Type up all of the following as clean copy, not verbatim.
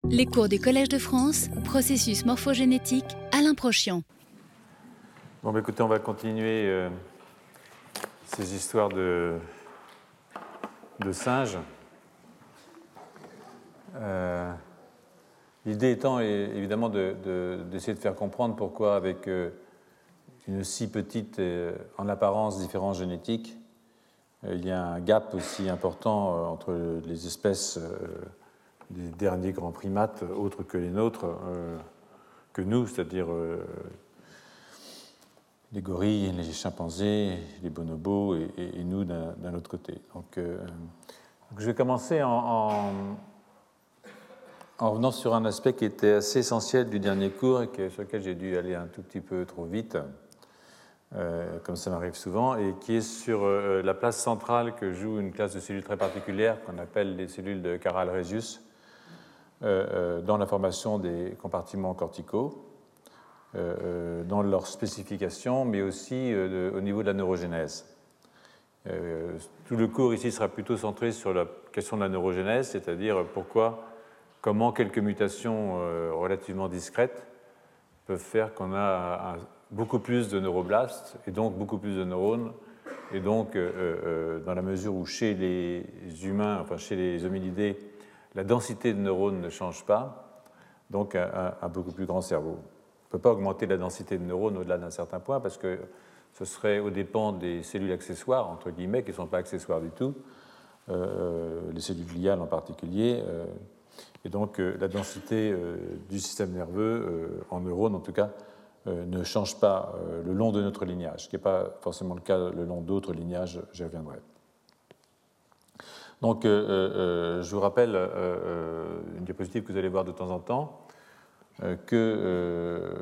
Les cours du Collège de France, processus morphogénétique, Alain Prochian. Bon, écoutez, on va continuer ces histoires de singes. L'idée étant évidemment d'essayer de faire comprendre pourquoi, avec une si petite, en apparence, différence génétique, il y a un gap aussi important entre les espèces des derniers grands primates, autres que les nôtres, que nous, c'est-à-dire les gorilles, les chimpanzés, les bonobos et nous d'un autre côté. Donc, je vais commencer en revenant sur un aspect qui était assez essentiel du dernier cours et sur lequel j'ai dû aller un tout petit peu trop vite, comme ça m'arrive souvent, et qui est sur la place centrale que joue une classe de cellules très particulière qu'on appelle les cellules de Caral-Rhesus dans la formation des compartiments corticaux, dans leur spécification, mais aussi au niveau de la neurogénèse. Tout le cours ici sera plutôt centré sur la question de la neurogénèse, c'est-à-dire comment quelques mutations relativement discrètes peuvent faire qu'on a beaucoup plus de neuroblastes et donc beaucoup plus de neurones, et donc dans la mesure où chez les humains, enfin chez les hominidés, la densité de neurones ne change pas, donc un beaucoup plus grand cerveau. On ne peut pas augmenter la densité de neurones au-delà d'un certain point parce que ce serait aux dépens des cellules accessoires, entre guillemets, qui ne sont pas accessoires du tout, les cellules gliales en particulier. Et donc la densité du système nerveux, en neurones en tout cas, ne change pas le long de notre lignage, ce qui n'est pas forcément le cas le long d'autres lignages, j'y reviendrai. Donc je vous rappelle une diapositive que vous allez voir de temps en temps, que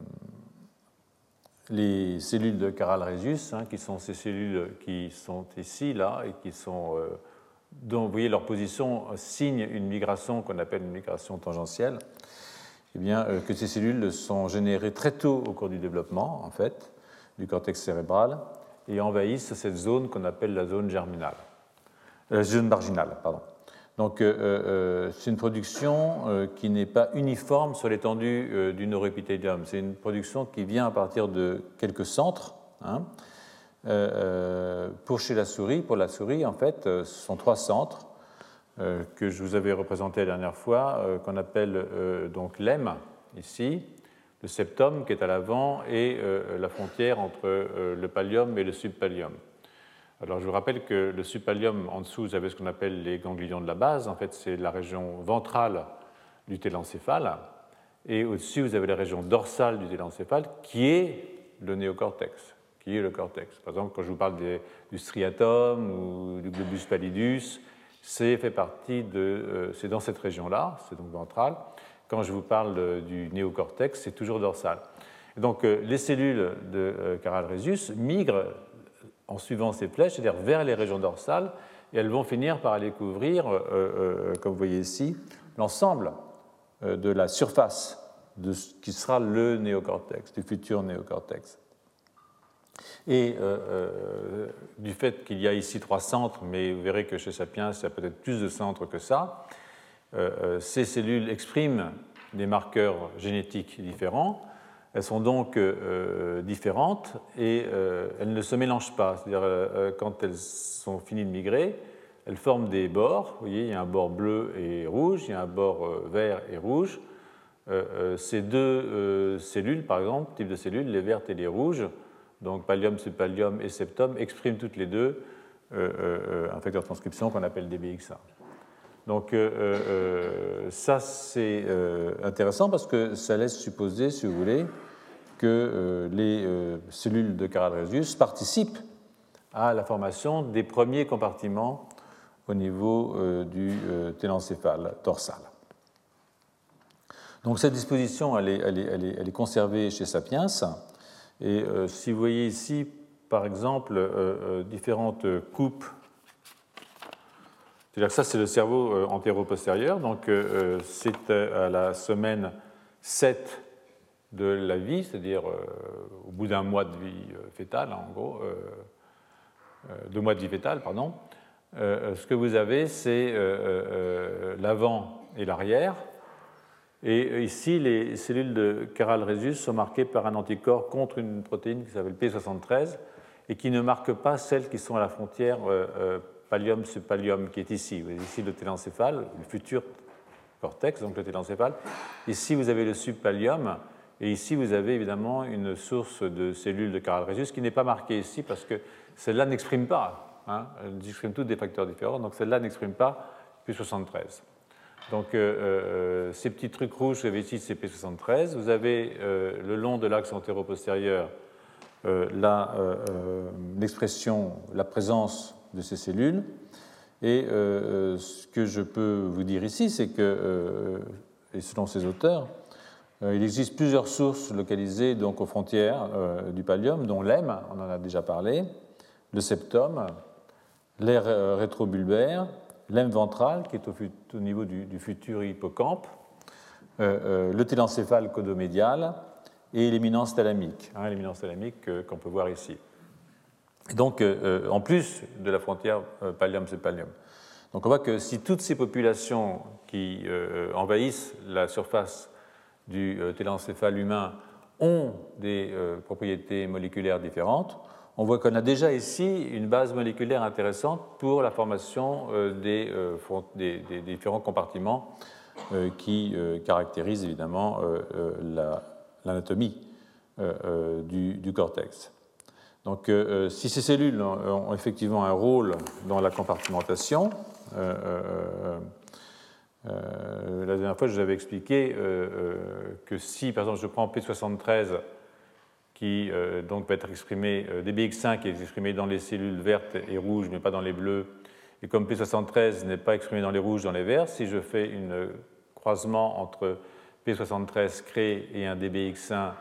les cellules de Caral-Rhesus, qui sont ces cellules qui sont ici, là, et qui sont, dont vous voyez leur position signe une migration qu'on appelle une migration tangentielle, eh bien, que ces cellules sont générées très tôt au cours du développement, en fait, du cortex cérébral, et envahissent cette zone qu'on appelle la zone germinale, zone marginale, pardon. Donc, c'est une production qui n'est pas uniforme sur l'étendue du neuroépithélium. C'est une production qui vient à partir de quelques centres. Pour la souris, en fait, ce sont 3 centres que je vous avais représentés la dernière fois, qu'on appelle donc l'EM, ici, le septum qui est à l'avant, et la frontière entre le pallium et le subpallium. Alors, je vous rappelle que le subpallium, en dessous, vous avez ce qu'on appelle les ganglions de la base. En fait, c'est la région ventrale du télencéphale. Et au-dessus, vous avez la région dorsale du télencéphale, qui est le néocortex, qui est le cortex. Par exemple, quand je vous parle du striatum ou du globus pallidus, c'est dans cette région-là, c'est donc ventral. Quand je vous parle du néocortex, c'est toujours dorsal. Et donc, les cellules de Caral-Rhesus migrent en suivant ces flèches, c'est-à-dire vers les régions dorsales, et elles vont finir par aller couvrir, comme vous voyez ici, l'ensemble de la surface de ce qui sera le néocortex, du futur néocortex. Et du fait qu'il y a ici 3 centres, mais vous verrez que chez Sapiens, il y a peut-être plus de centres que ça, ces cellules expriment des marqueurs génétiques différents. Elles sont donc différentes et elles ne se mélangent pas. C'est-à-dire, quand elles sont finies de migrer, elles forment des bords. Vous voyez, il y a un bord bleu et rouge, il y a un bord vert et rouge. Ces deux cellules, par exemple, types de cellules, les vertes et les rouges, donc pallium, subpallium et septum, expriment toutes les deux un facteur de transcription qu'on appelle DBXA. Donc ça, c'est intéressant parce que ça laisse supposer, si vous voulez, que les cellules de Caral-Rhesus participent à la formation des premiers compartiments au niveau du télencéphale dorsal. Donc cette disposition, elle est conservée chez Sapiens. Et si vous voyez ici, par exemple, différentes coupes. C'est-à-dire que ça, c'est le cerveau antéro-postérieur, donc c'est à la semaine 7 de la vie, c'est-à-dire au bout d'un mois de vie fétale, en gros, 2 mois de vie fétale, pardon. Ce que vous avez, c'est l'avant et l'arrière, Et ici, les cellules de Caral-Rhesus sont marquées par un anticorps contre une protéine qui s'appelle P73 et qui ne marque pas celles qui sont à la frontière pallium-subpallium qui est ici. Vous voyez ici le télencéphale, le futur cortex, donc le télencéphale. Ici, vous avez le subpallium. Et ici, vous avez évidemment une source de cellules de Caral-Rhesus qui n'est pas marquée ici parce que celle-là n'exprime pas. Hein, elles expriment toutes des facteurs différents, donc celle-là n'exprime pas P73. Donc, ces petits trucs rouges que vous avez ici, c'est P73. Vous avez le long de l'axe antéro-postérieur l'expression, la présence de ces cellules. Et ce que je peux vous dire ici, c'est que, et selon ces auteurs, il existe plusieurs sources localisées donc, aux frontières du pallium, dont l'hème, on en a déjà parlé, le septum, l'aire rétrobulbaire, l'hème ventral, qui est au niveau du futur hippocampe, le télencéphale codomédial et l'éminence thalamique, l'éminence thalamique qu'on peut voir ici. Et donc, en plus de la frontière pallium-subpallium. Donc, on voit que si toutes ces populations qui envahissent la surface du télencéphale humain ont des propriétés moléculaires différentes, on voit qu'on a déjà ici une base moléculaire intéressante pour la formation des différents compartiments qui caractérisent évidemment l'anatomie du cortex. Donc, si ces cellules ont effectivement un rôle dans la compartimentation, la dernière fois, je vous avais expliqué que si, par exemple, je prends P73 qui donc va être exprimé, DBX1 qui est exprimé dans les cellules vertes et rouges, mais pas dans les bleues, et comme P73 n'est pas exprimé dans les rouges, dans les verts, si je fais un croisement entre P73 crée et un DBX1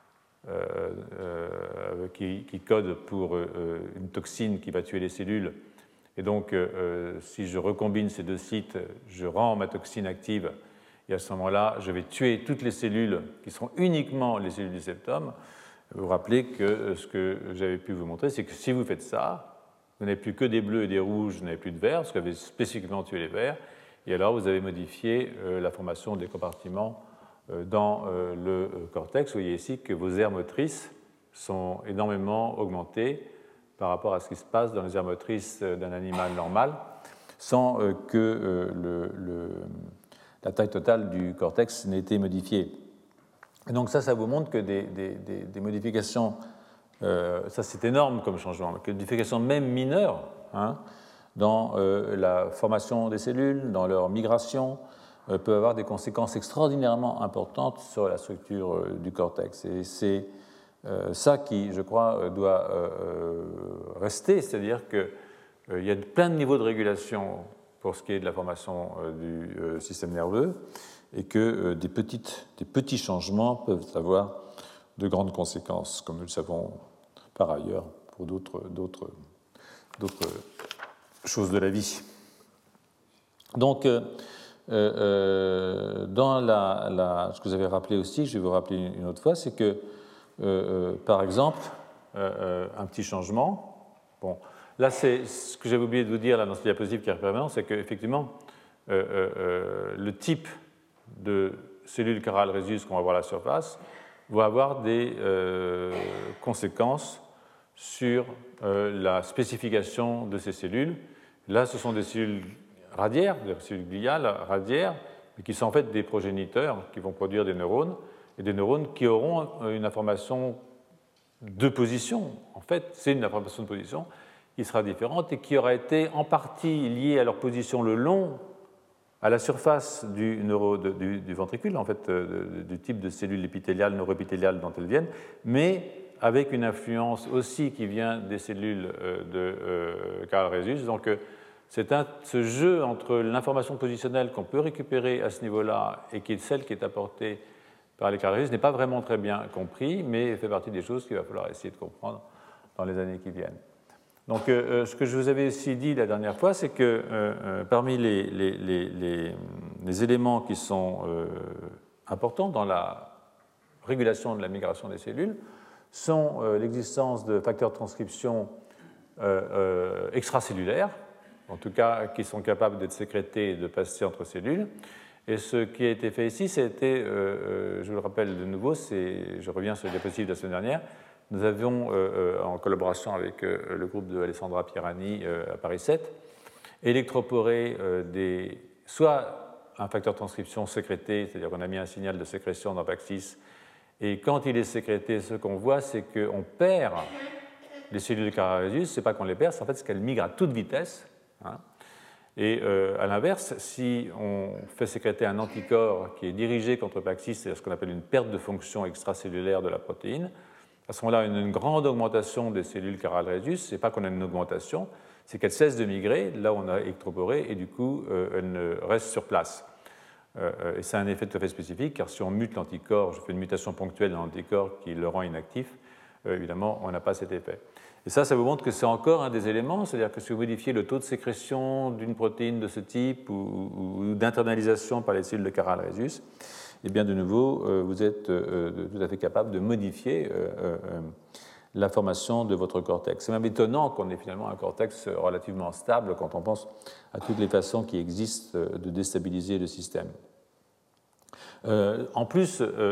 qui code pour une toxine qui va tuer les cellules, et donc si je recombine ces deux sites, je rends ma toxine active, et à ce moment-là, je vais tuer toutes les cellules qui seront uniquement les cellules du septum. Vous vous rappelez que ce que j'avais pu vous montrer, c'est que si vous faites ça, vous n'avez plus que des bleus et des rouges, vous n'avez plus de verts, parce que vous avez spécifiquement tué les verts, et alors vous avez modifié la formation des compartiments dans le cortex. Vous voyez ici que vos aires motrices sont énormément augmentées par rapport à ce qui se passe dans les aires motrices d'un animal normal, sans que la taille totale du cortex n'ait été modifiée. Et donc ça vous montre que des modifications, ça c'est énorme comme changement, que des modifications même mineures dans la formation des cellules, dans leur migration, peuvent avoir des conséquences extraordinairement importantes sur la structure du cortex. Et c'est ça qui, je crois, doit rester, c'est-à-dire qu'il y a plein de niveaux de régulation pour ce qui est de la formation du système nerveux, et que des petits changements peuvent avoir de grandes conséquences, comme nous le savons par ailleurs pour d'autres choses de la vie. Donc, dans ce que vous avez rappelé aussi, je vais vous rappeler une autre fois, c'est que, par exemple, un petit changement, bon, là c'est ce que j'avais oublié de vous dire là, dans cette diapositive qui est permanent, c'est qu'effectivement, le type de cellules Caral-Rhesus qu'on va voir à la surface va avoir des conséquences sur la spécification de ces cellules. Là, ce sont des cellules radiaires, des cellules gliales radiaires, mais qui sont en fait des progéniteurs qui vont produire des neurones, et des neurones qui auront une information de position. En fait, c'est une information de position qui sera différente et qui aura été en partie liée à leur position le long à la surface du ventricule, en fait, du type de cellules épithéliales, neuroépithéliales dont elles viennent, mais avec une influence aussi qui vient des cellules de Caral-Rhesus. Donc, ce jeu entre l'information positionnelle qu'on peut récupérer à ce niveau-là et qui est celle qui est apportée par les Caral-Rhesus n'est pas vraiment très bien compris, mais fait partie des choses qu'il va falloir essayer de comprendre dans les années qui viennent. Donc, ce que je vous avais aussi dit la dernière fois, c'est que parmi les éléments qui sont importants dans la régulation de la migration des cellules sont l'existence de facteurs de transcription extracellulaires, en tout cas qui sont capables d'être sécrétés et de passer entre cellules, Et ce qui a été fait ici, c'était, je vous le rappelle de nouveau, je reviens sur les diapositives de la semaine dernière, nous avions, en collaboration avec le groupe de Alessandra Pirani à Paris 7, électroporé soit un facteur de transcription sécrété, c'est-à-dire qu'on a mis un signal de sécrétion dans PAX6, et quand il est sécrété, ce qu'on voit, c'est qu'on perd les cellules de Carrel-Rhésus, ce n'est pas qu'on les perd, c'est en fait qu'elles migrent à toute vitesse. Hein. Et à l'inverse, si on fait sécréter un anticorps qui est dirigé contre PAX6, c'est ce qu'on appelle une perte de fonction extracellulaire de la protéine, à ce moment-là, une grande augmentation des cellules Carrel-Rhésus, ce n'est pas qu'on a une augmentation, c'est qu'elles cessent de migrer, là où on a électroporé, et du coup, elles restent sur place. Et c'est un effet tout à fait spécifique, car si on mute l'anticorps, je fais une mutation ponctuelle dans l'anticorps qui le rend inactif, évidemment, on n'a pas cet effet. Et ça vous montre que c'est encore un des éléments, c'est-à-dire que si vous modifiez le taux de sécrétion d'une protéine de ce type ou d'internalisation par les cellules de Carrel-Rhésus, eh bien de nouveau, vous êtes tout à fait capable de modifier la formation de votre cortex. C'est même étonnant qu'on ait finalement un cortex relativement stable quand on pense à toutes les façons qui existent de déstabiliser le système. En plus,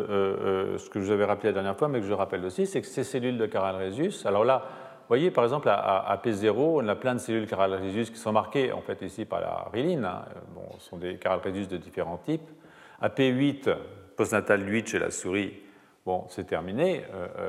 ce que je vous avais rappelé la dernière fois, mais que je rappelle aussi, c'est que ces cellules de Carrel-Rhésus, alors là, vous voyez par exemple à P0, on a plein de cellules Carrel-Rhésus qui sont marquées en fait ici par la rhéline. Hein. Bon, ce sont des Carrel-Rhésus de différents types. À P8, postnatal 8 chez la souris, bon, c'est terminé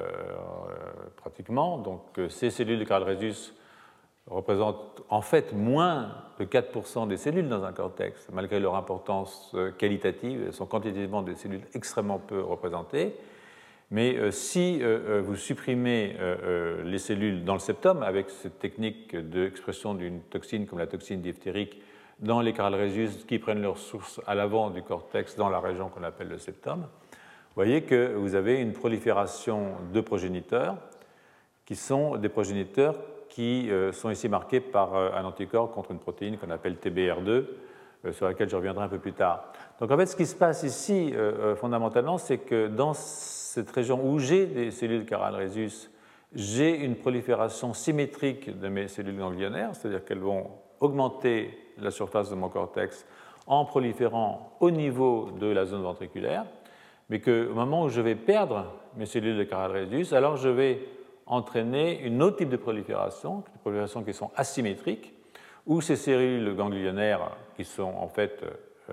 pratiquement. Donc ces cellules de Carrel-Rhésus représentent en fait moins de 4% des cellules dans un cortex, malgré leur importance qualitative. Elles sont quantitativement des cellules extrêmement peu représentées. Mais si vous supprimez les cellules dans le septum avec cette technique d'expression d'une toxine comme la toxine diphtérique dans les Carrel-Rhésus qui prennent leur source à l'avant du cortex dans la région qu'on appelle le septum, vous voyez que vous avez une prolifération de progéniteurs qui sont des progéniteurs qui sont ici marqués par un anticorps contre une protéine qu'on appelle TBR2, sur laquelle je reviendrai un peu plus tard. Donc en fait, ce qui se passe ici, fondamentalement, c'est que dans cette région où j'ai des cellules Carrel-Rhésus, j'ai une prolifération symétrique de mes cellules ganglionnaires, c'est-à-dire qu'elles vont augmenter la surface de mon cortex en proliférant au niveau de la zone ventriculaire, mais qu'au moment où je vais perdre mes cellules de Carrel-Rhésus, alors je vais entraîner une autre type de prolifération, des proliférations qui sont asymétriques, où ces cellules ganglionnaires qui sont en fait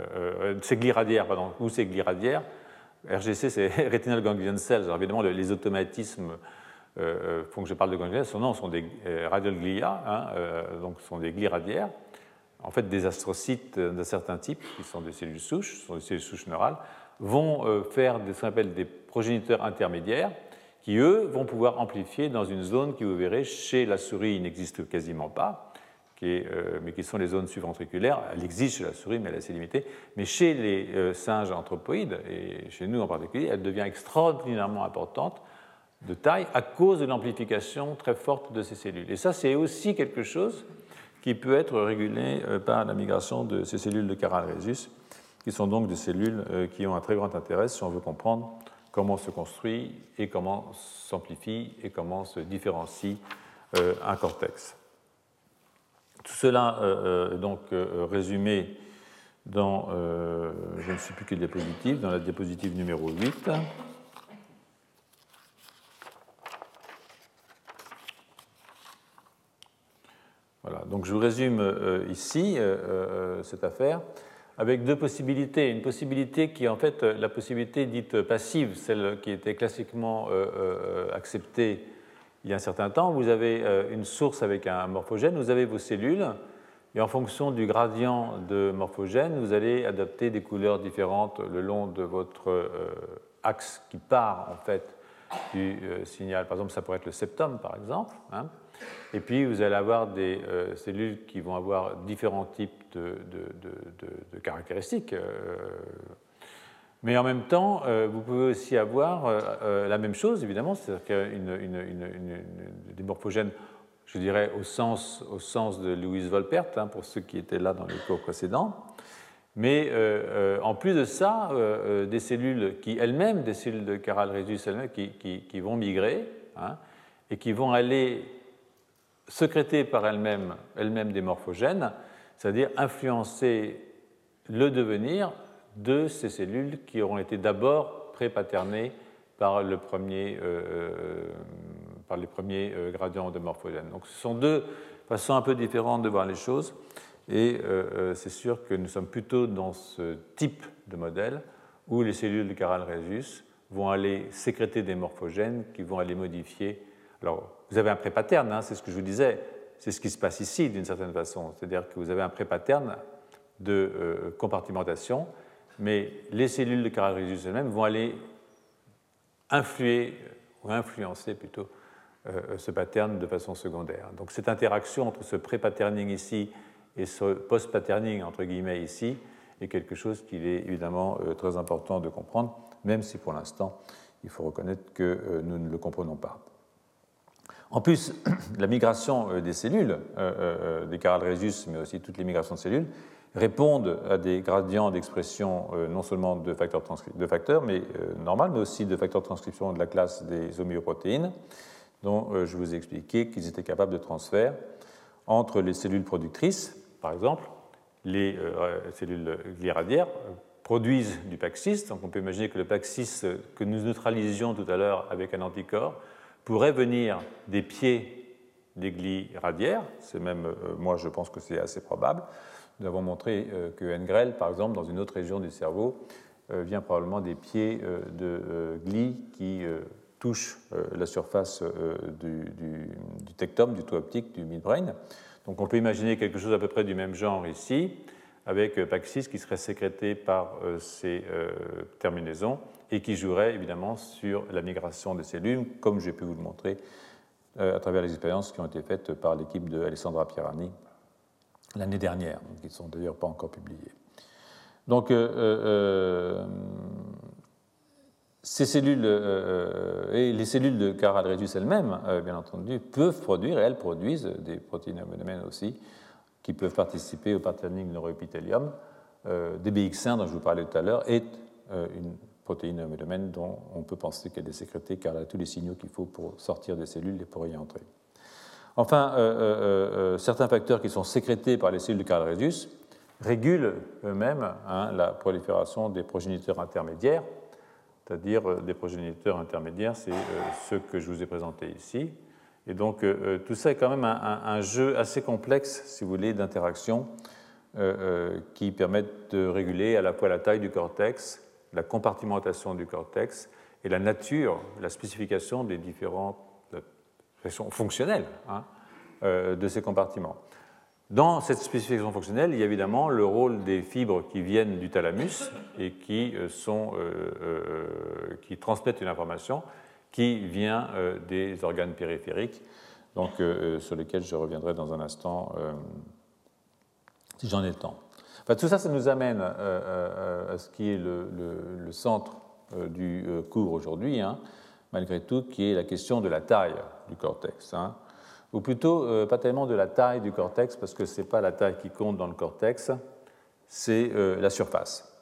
ces gliradiaires, pardon, ou ces gliradiaires, RGC c'est Retinal Ganglion Cells, alors évidemment les automatismes font que je parle de ganglionnaires, non, ce sont des radial glia, hein, donc ce sont des gliradiaires, en fait des astrocytes d'un certain type, qui sont des cellules souches, ce sont des cellules souches neurales, vont faire ce qu'on appelle des progéniteurs intermédiaires, qui, eux, vont pouvoir amplifier dans une zone qui, vous verrez, chez la souris, il n'existe quasiment pas, mais qui sont les zones subventriculaires. Elle existe chez la souris, mais elle est assez limitée. Mais chez les singes anthropoïdes, et chez nous en particulier, elle devient extraordinairement importante de taille à cause de l'amplification très forte de ces cellules. Et ça, c'est aussi quelque chose qui peut être régulé par la migration de ces cellules de Carrel-Rhésus, qui sont donc des cellules qui ont un très grand intérêt si on veut comprendre comment se construit et comment s'amplifie et comment se différencie un cortex. Tout cela donc résumé dans, je ne sais plus quelle diapositive, dans la diapositive numéro 8. Voilà, donc je vous résume ici cette affaire avec deux possibilités. Une possibilité qui est en fait la possibilité dite passive, celle qui était classiquement acceptée il y a un certain temps. Vous avez une source avec un morphogène, vous avez vos cellules, et en fonction du gradient de morphogène, vous allez adapter des couleurs différentes le long de votre axe qui part en fait du signal. Par exemple, ça pourrait être le septum, par exemple. Hein. Et puis, vous allez avoir des cellules qui vont avoir différents types de caractéristiques. Mais en même temps, vous pouvez aussi avoir la même chose, évidemment, c'est-à-dire qu'il y a des morphogènes, je dirais, au sens de Louise Volpert, hein, pour ceux qui étaient là dans les cours précédents. Mais en plus de ça, des cellules qui elles-mêmes, des cellules de Carrel-Rhésus elles-mêmes, qui vont migrer, hein, et qui vont aller sécréter par elles-mêmes des morphogènes, c'est-à-dire influencer le devenir de ces cellules qui auront été d'abord pré-paternées par les premiers gradients de morphogènes. Donc ce sont deux façons un peu différentes de voir les choses, et c'est sûr que nous sommes plutôt dans ce type de modèle où les cellules de Caral-Rhesus vont aller sécréter des morphogènes qui vont aller modifier. Alors, vous avez un pré-pattern, hein, c'est ce que je vous disais, c'est ce qui se passe ici d'une certaine façon, c'est-à-dire que vous avez un pré-pattern de compartimentation, mais les cellules de Caral-Rhesus elles-mêmes vont aller influer, ou influencer plutôt, ce pattern de façon secondaire. Donc cette interaction entre ce pré-patterning ici et ce post-patterning, entre guillemets, ici, est quelque chose qu'il est évidemment très important de comprendre, même si pour l'instant, il faut reconnaître que nous ne le comprenons pas. En plus, la migration des cellules, des Caral-Rhesus, mais aussi toutes les migrations de cellules, répondent à des gradients d'expression non seulement de facteurs mais normal, mais aussi de facteurs de transcription de la classe des homéoprotéines, dont je vous ai expliqué qu'ils étaient capables de transfert entre les cellules productrices, par exemple. Les cellules gliradiaires produisent du PAX6, donc on peut imaginer que le PAX6 que nous neutralisions tout à l'heure avec un anticorps pourrait venir des pieds des glies radiaires. C'est même, moi je pense que c'est assez probable. Nous avons montré que NGREL, par exemple, dans une autre région du cerveau, vient probablement des pieds de glies qui touchent la surface du tectum, du taux optique du midbrain. Donc on peut imaginer quelque chose à peu près du même genre ici, avec PAX6 qui serait sécrété par ces terminaisons et qui jouerait évidemment sur la migration des cellules, comme j'ai pu vous le montrer à travers les expériences qui ont été faites par l'équipe de Alessandra Pierani l'année dernière, qui ne sont d'ailleurs pas encore publiées. Donc, ces cellules, et les cellules de Caral-Rhesus elles-mêmes, bien entendu, peuvent produire, et elles produisent des protéines homogènes aussi, qui peuvent participer au patterning neuroépithélium. DBX1, dont je vous parlais tout à l'heure, est une protéine homogène dont on peut penser qu'elle est sécrétée car elle a tous les signaux qu'il faut pour sortir des cellules et pour y entrer. Enfin, certains facteurs qui sont sécrétés par les cellules de Caral-Rhesus régulent eux-mêmes la prolifération des progéniteurs intermédiaires, c'est-à-dire des progéniteurs intermédiaires, c'est ceux que je vous ai présentés ici. Et donc, tout ça est quand même un jeu assez complexe, si vous voulez, d'interaction qui permettent de réguler à la fois la taille du cortex, la compartimentation du cortex et la nature, la spécification des différentes fonctionnelles de ces compartiments. Dans cette spécification fonctionnelle, il y a évidemment le rôle des fibres qui viennent du thalamus et qui transmettent une information qui vient des organes périphériques, donc, sur lesquels je reviendrai dans un instant si j'en ai le temps. Enfin, tout ça, ça nous amène à ce qui est le centre du cours aujourd'hui, malgré tout, qui est la question de la taille du cortex. Ou plutôt, pas tellement de la taille du cortex, parce que ce n'est pas la taille qui compte dans le cortex, c'est la surface.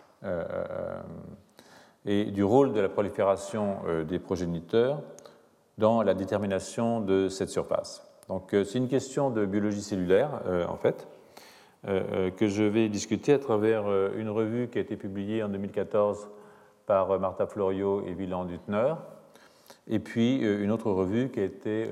Et du rôle de la prolifération des progéniteurs dans la détermination de cette surface. Donc, c'est une question de biologie cellulaire, en fait, que je vais discuter à travers une revue qui a été publiée en 2014 par Martha Florio et Wieland Hüttner, et puis une autre revue qui a été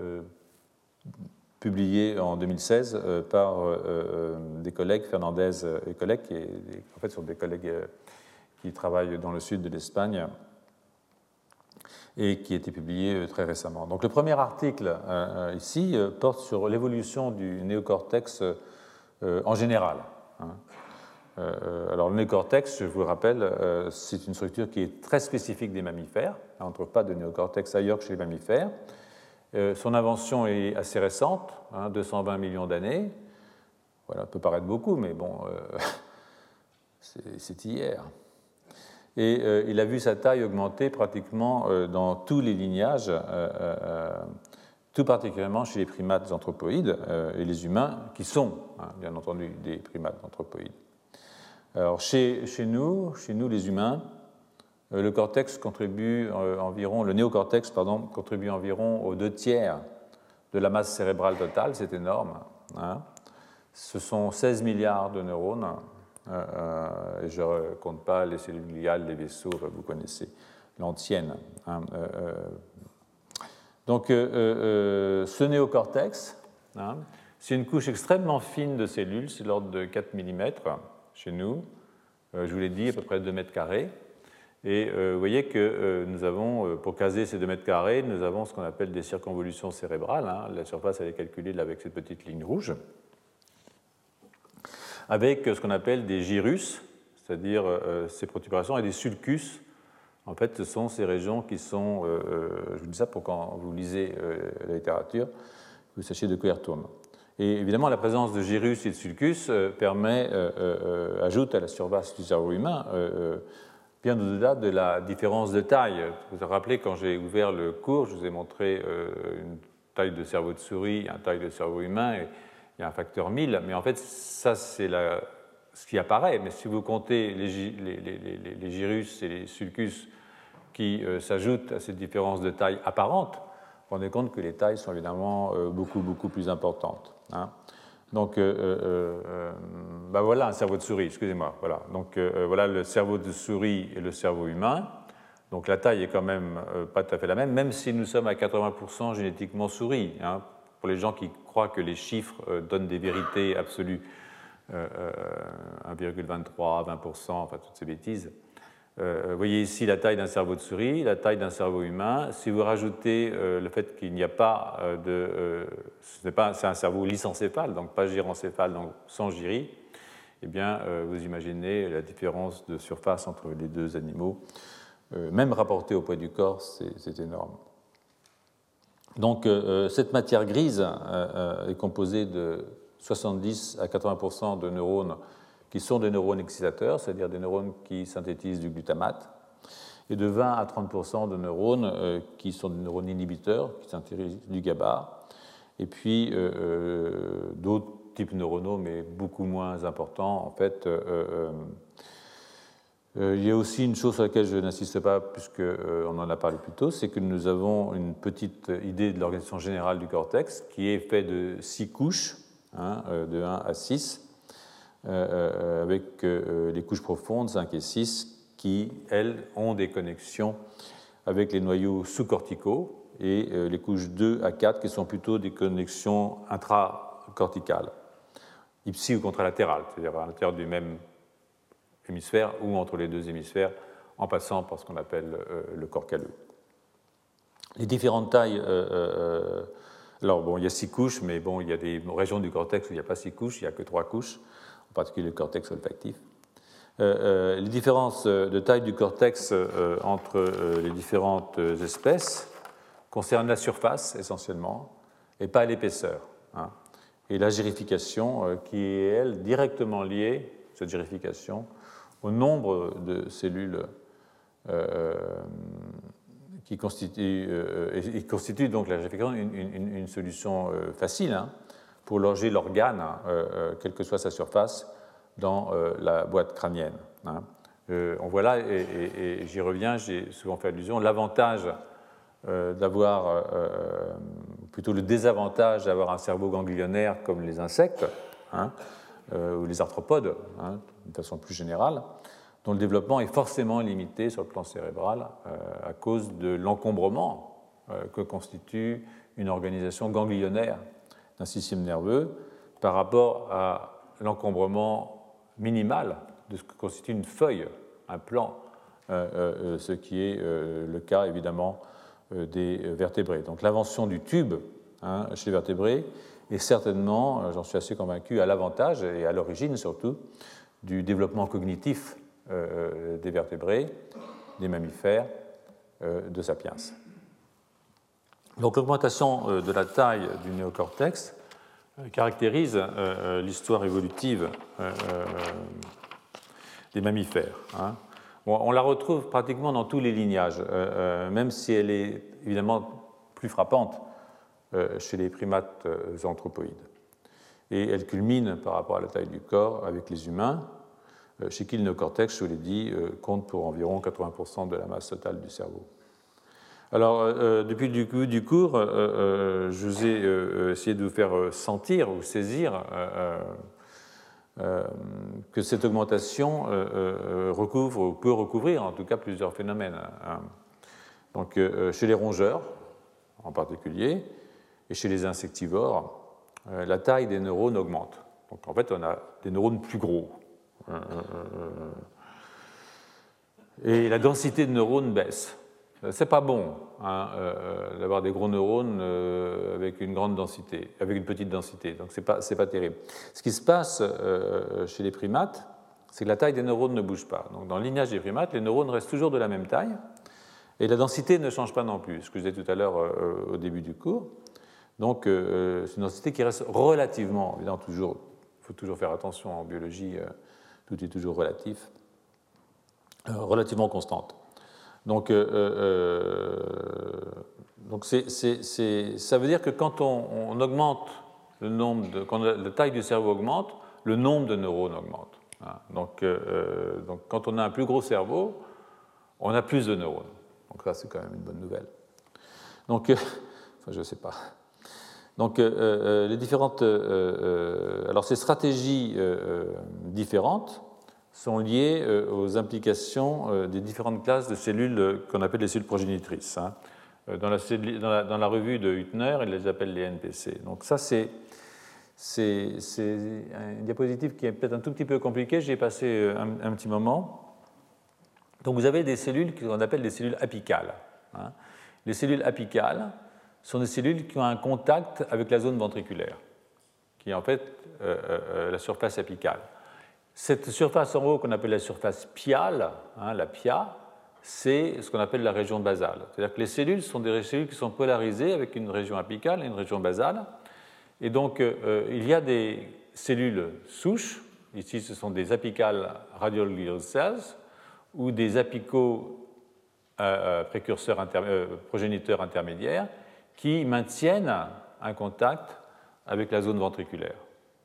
publiée en 2016 par des collègues, Fernandez et collègues, qui en fait sont des collègues qui travaillent dans le sud de l'Espagne et qui a été publié très récemment. Donc le premier article ici porte sur l'évolution du néocortex en général. Alors le néocortex, je vous le rappelle, c'est une structure qui est très spécifique des mammifères. On ne trouve pas de néocortex ailleurs que chez les mammifères. Son invention est assez récente, 220 millions d'années. Voilà, ça peut paraître beaucoup, mais bon, c'est hier. Et il a vu sa taille augmenter pratiquement dans tous les lignages, tout particulièrement chez les primates anthropoïdes et les humains, qui sont, bien entendu, des primates anthropoïdes. Alors, chez nous les humains, le cortex contribue environ, le néocortex, contribue environ aux 2/3 de la masse cérébrale totale, c'est énorme. Ce sont 16 milliards de neurones, et je ne compte pas les cellules gliales, les vaisseaux, vous connaissez l'antienne. Hein, donc, ce néocortex, hein, c'est une couche extrêmement fine de cellules, c'est l'ordre de 4 mm chez nous. Je vous l'ai dit, à peu près 2 mètres carrés. Et vous voyez que nous avons, pour caser ces 2 mètres carrés, nous avons ce qu'on appelle des circonvolutions cérébrales. Hein. La surface, elle est calculée là, avec cette petite ligne rouge. Avec ce qu'on appelle des gyrus, c'est-à-dire ces protubérations, et des sulcus. En fait, ce sont ces régions qui sont, je vous dis ça pour quand vous lisez la littérature, que vous sachiez de quoi il retourne. Et évidemment, la présence de gyrus et de sulcus ajoute à la surface du cerveau humain bien au-delà de la différence de taille. Vous vous rappelez, quand j'ai ouvert le cours, je vous ai montré une taille de cerveau de souris, une taille de cerveau humain, et il y a un facteur 1000, mais en fait, ça, c'est ce qui apparaît. Mais si vous comptez les gyrus et les sulcus qui s'ajoutent à cette différence de taille apparente, vous vous rendez compte que les tailles sont évidemment beaucoup, beaucoup plus importantes. Hein. Donc, voilà un cerveau de souris, excusez-moi. Voilà. Donc, voilà le cerveau de souris et le cerveau humain. Donc, la taille est quand même pas tout à fait la même, même si nous sommes à 80% génétiquement souris. Hein. Pour les gens qui croient que les chiffres donnent des vérités absolues, 1,23, 20%, enfin toutes ces bêtises. Vous voyez ici la taille d'un cerveau de souris, la taille d'un cerveau humain. Si vous rajoutez le fait qu'il n'y a pas c'est un cerveau lysencéphale, donc pas gyrencéphale, donc sans gyri, eh bien, vous imaginez la différence de surface entre les deux animaux. Même rapporté au poids du corps, c'est énorme. Donc, cette matière grise est composée de 70 à 80% de neurones qui sont des neurones excitateurs, c'est-à-dire des neurones qui synthétisent du glutamate, et de 20 à 30% de neurones qui sont des neurones inhibiteurs, qui synthétisent du GABA, et puis d'autres types neuronaux, mais beaucoup moins importants. En fait, il y a aussi une chose sur laquelle je n'insiste pas, puisqu'on en a parlé plus tôt, c'est que nous avons une petite idée de l'organisation générale du cortex, qui est fait de 6 couches, hein, de 1 à 6, avec les couches profondes, 5 et 6, qui, elles, ont des connexions avec les noyaux sous-corticaux, et les couches 2 à 4, qui sont plutôt des connexions intracorticales, ipsi ou contralatérales, c'est-à-dire à l'intérieur du même hémisphère ou entre les deux hémisphères, en passant par ce qu'on appelle le corps calleux. Les différentes tailles... alors, bon, il y a 6 couches, mais bon, il y a des régions du cortex où il n'y a pas 6 couches, il n'y a que 3 couches, en particulier le cortex olfactif. Les différences de taille du cortex entre les différentes espèces concernent la surface, essentiellement, et pas l'épaisseur. Hein, et la gyrification, qui est, elle, directement liée, cette gyrification, au nombre de cellules qui constitue donc la gyrification une solution facile, hein, pour loger l'organe, quelle que soit sa surface, dans la boîte crânienne. Hein. On voit là, et j'y reviens, j'ai souvent fait allusion, l'avantage d'avoir, plutôt le désavantage d'avoir un cerveau ganglionnaire comme les insectes, hein, ou les arthropodes, hein, de façon plus générale, dont le développement est forcément limité sur le plan cérébral à cause de l'encombrement que constitue une organisation ganglionnaire d'un système nerveux par rapport à l'encombrement minimal de ce que constitue une feuille, un plan, ce qui est le cas évidemment des vertébrés. Donc l'invention du tube, hein, chez les vertébrés est certainement, j'en suis assez convaincu, à l'avantage et à l'origine surtout du développement cognitif des vertébrés, des mammifères, de Sapiens. Donc l'augmentation de la taille du néocortex caractérise l'histoire évolutive des mammifères. Hein. Bon, on la retrouve pratiquement dans tous les lignages, même si elle est évidemment plus frappante chez les primates anthropoïdes. Et elle culmine par rapport à la taille du corps avec les humains, chez qui le néocortex, je vous l'ai dit, compte pour environ 80% de la masse totale du cerveau. Alors, depuis le début du cours, je vous ai essayé de vous faire sentir ou saisir que cette augmentation recouvre ou peut recouvrir en tout cas plusieurs phénomènes. Donc, chez les rongeurs en particulier et chez les insectivores, la taille des neurones augmente. Donc en fait, on a des neurones plus gros. Et la densité de neurones baisse. C'est pas bon d'avoir des gros neurones avec une grande densité, avec une petite densité. Donc c'est pas terrible. Ce qui se passe chez les primates, c'est que la taille des neurones ne bouge pas. Donc dans le lignage des primates, les neurones restent toujours de la même taille et la densité ne change pas non plus. Ce que je disais tout à l'heure au début du cours. Donc c'est une densité qui reste relativement, évidemment toujours. Il faut toujours faire attention en biologie, tout est toujours relatif, relativement constante. Donc ça veut dire que quand on augmente le nombre quand la taille du cerveau augmente, le nombre de neurones augmente. Donc quand on a un plus gros cerveau, on a plus de neurones. Donc ça, c'est quand même une bonne nouvelle. Donc, enfin, je ne sais pas. Donc, les différentes. Alors, ces stratégies différentes sont liées aux implications des différentes classes de cellules qu'on appelle les cellules progénitrices. Dans la revue de Hüttner, ils les appellent les NPC. Donc, ça, c'est une diapositive qui est peut-être un tout petit peu compliquée. J'y ai passé un petit moment. Donc, vous avez des cellules qu'on appelle des cellules apicales. Les cellules apicales sont des cellules qui ont un contact avec la zone ventriculaire, qui est en fait la surface apicale. Cette surface en haut qu'on appelle la surface piale, la pia, c'est ce qu'on appelle la région basale. C'est-à-dire que les cellules sont des cellules qui sont polarisées avec une région apicale et une région basale. Et donc, il y a des cellules souches. Ici, ce sont des apicales radial glial cells ou des apicaux progéniteurs intermédiaires qui maintiennent un contact avec la zone ventriculaire.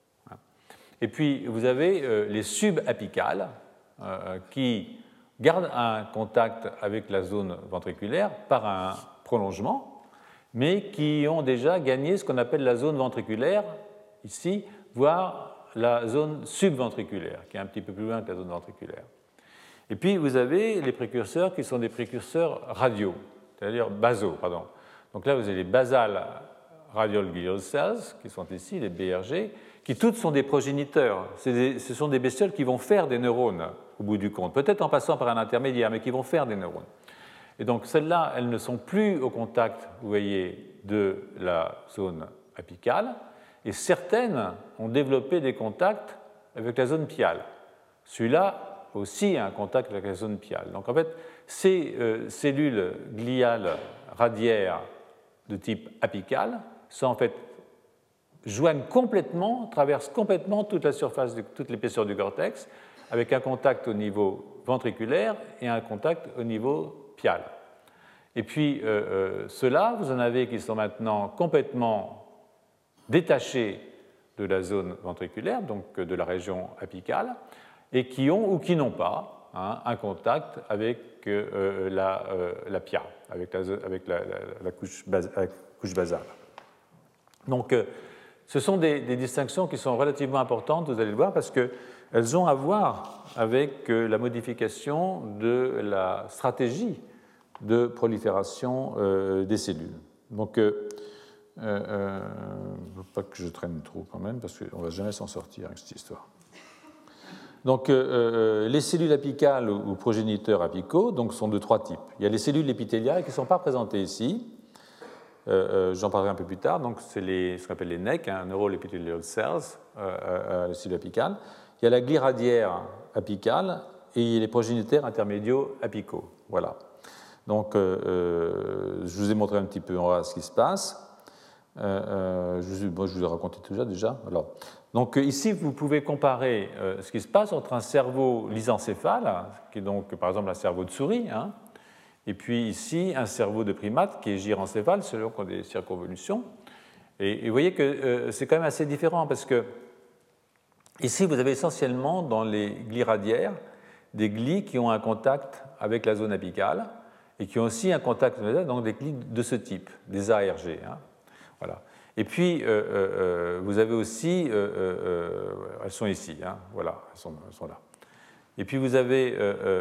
Et puis, vous avez les subapicales qui gardent un contact avec la zone ventriculaire par un prolongement, mais qui ont déjà gagné ce qu'on appelle la zone ventriculaire, ici, voire la zone subventriculaire, qui est un petit peu plus loin que la zone ventriculaire. Et puis, vous avez les précurseurs qui sont des précurseurs radiaux, c'est-à-dire basaux, pardon. Donc là, vous avez les basal radial glial cells, qui sont ici, les BRG, qui toutes sont des progéniteurs. Ce sont des bestioles qui vont faire des neurones, au bout du compte, peut-être en passant par un intermédiaire, mais qui vont faire des neurones. Et donc, celles-là, elles ne sont plus au contact, vous voyez, de la zone apicale, et certaines ont développé des contacts avec la zone piale. Celui-là aussi a un contact avec la zone piale. Donc, en fait, ces cellules gliales radiaires de type apical sont en fait joignent complètement, traversent complètement toute la surface, toute l'épaisseur du cortex, avec un contact au niveau ventriculaire et un contact au niveau pial. Et puis ceux-là, vous en avez qui sont maintenant complètement détachés de la zone ventriculaire, donc de la région apicale, et qui ont ou qui n'ont pas un contact avec la pia, avec la couche basale. Donc, ce sont des distinctions qui sont relativement importantes, vous allez le voir, parce qu'elles ont à voir avec la modification de la stratégie de prolifération des cellules. Donc, il ne faut pas que je traîne trop quand même, parce qu'on ne va jamais s'en sortir avec cette histoire. Donc, les cellules apicales ou progéniteurs apicaux donc, sont de trois types. Il y a les cellules épithéliales qui ne sont pas représentées ici. J'en parlerai un peu plus tard. Donc, c'est ce qu'on appelle les NEC, Neural Epithelial Cells, les cellules apicales. Il y a la glie radiaire apicale et les progéniteurs intermédiaux apicaux. Voilà. Donc, je vous ai montré un petit peu en bas ce qui se passe. Je vous ai raconté tout ça déjà. Alors, donc ici, vous pouvez comparer ce qui se passe entre un cerveau lysencéphale, qui est donc par exemple un cerveau de souris, et puis ici un cerveau de primate qui est gyrencéphale, selon qu'on a des circonvolutions. Et vous voyez que c'est quand même assez différent parce que ici, vous avez essentiellement dans les glies radiaires des glies qui ont un contact avec la zone apicale et qui ont aussi un contact, donc des glies de ce type, des ARG. Voilà. Et puis, vous avez aussi, elles sont ici, hein, voilà, elles sont là. Et puis vous avez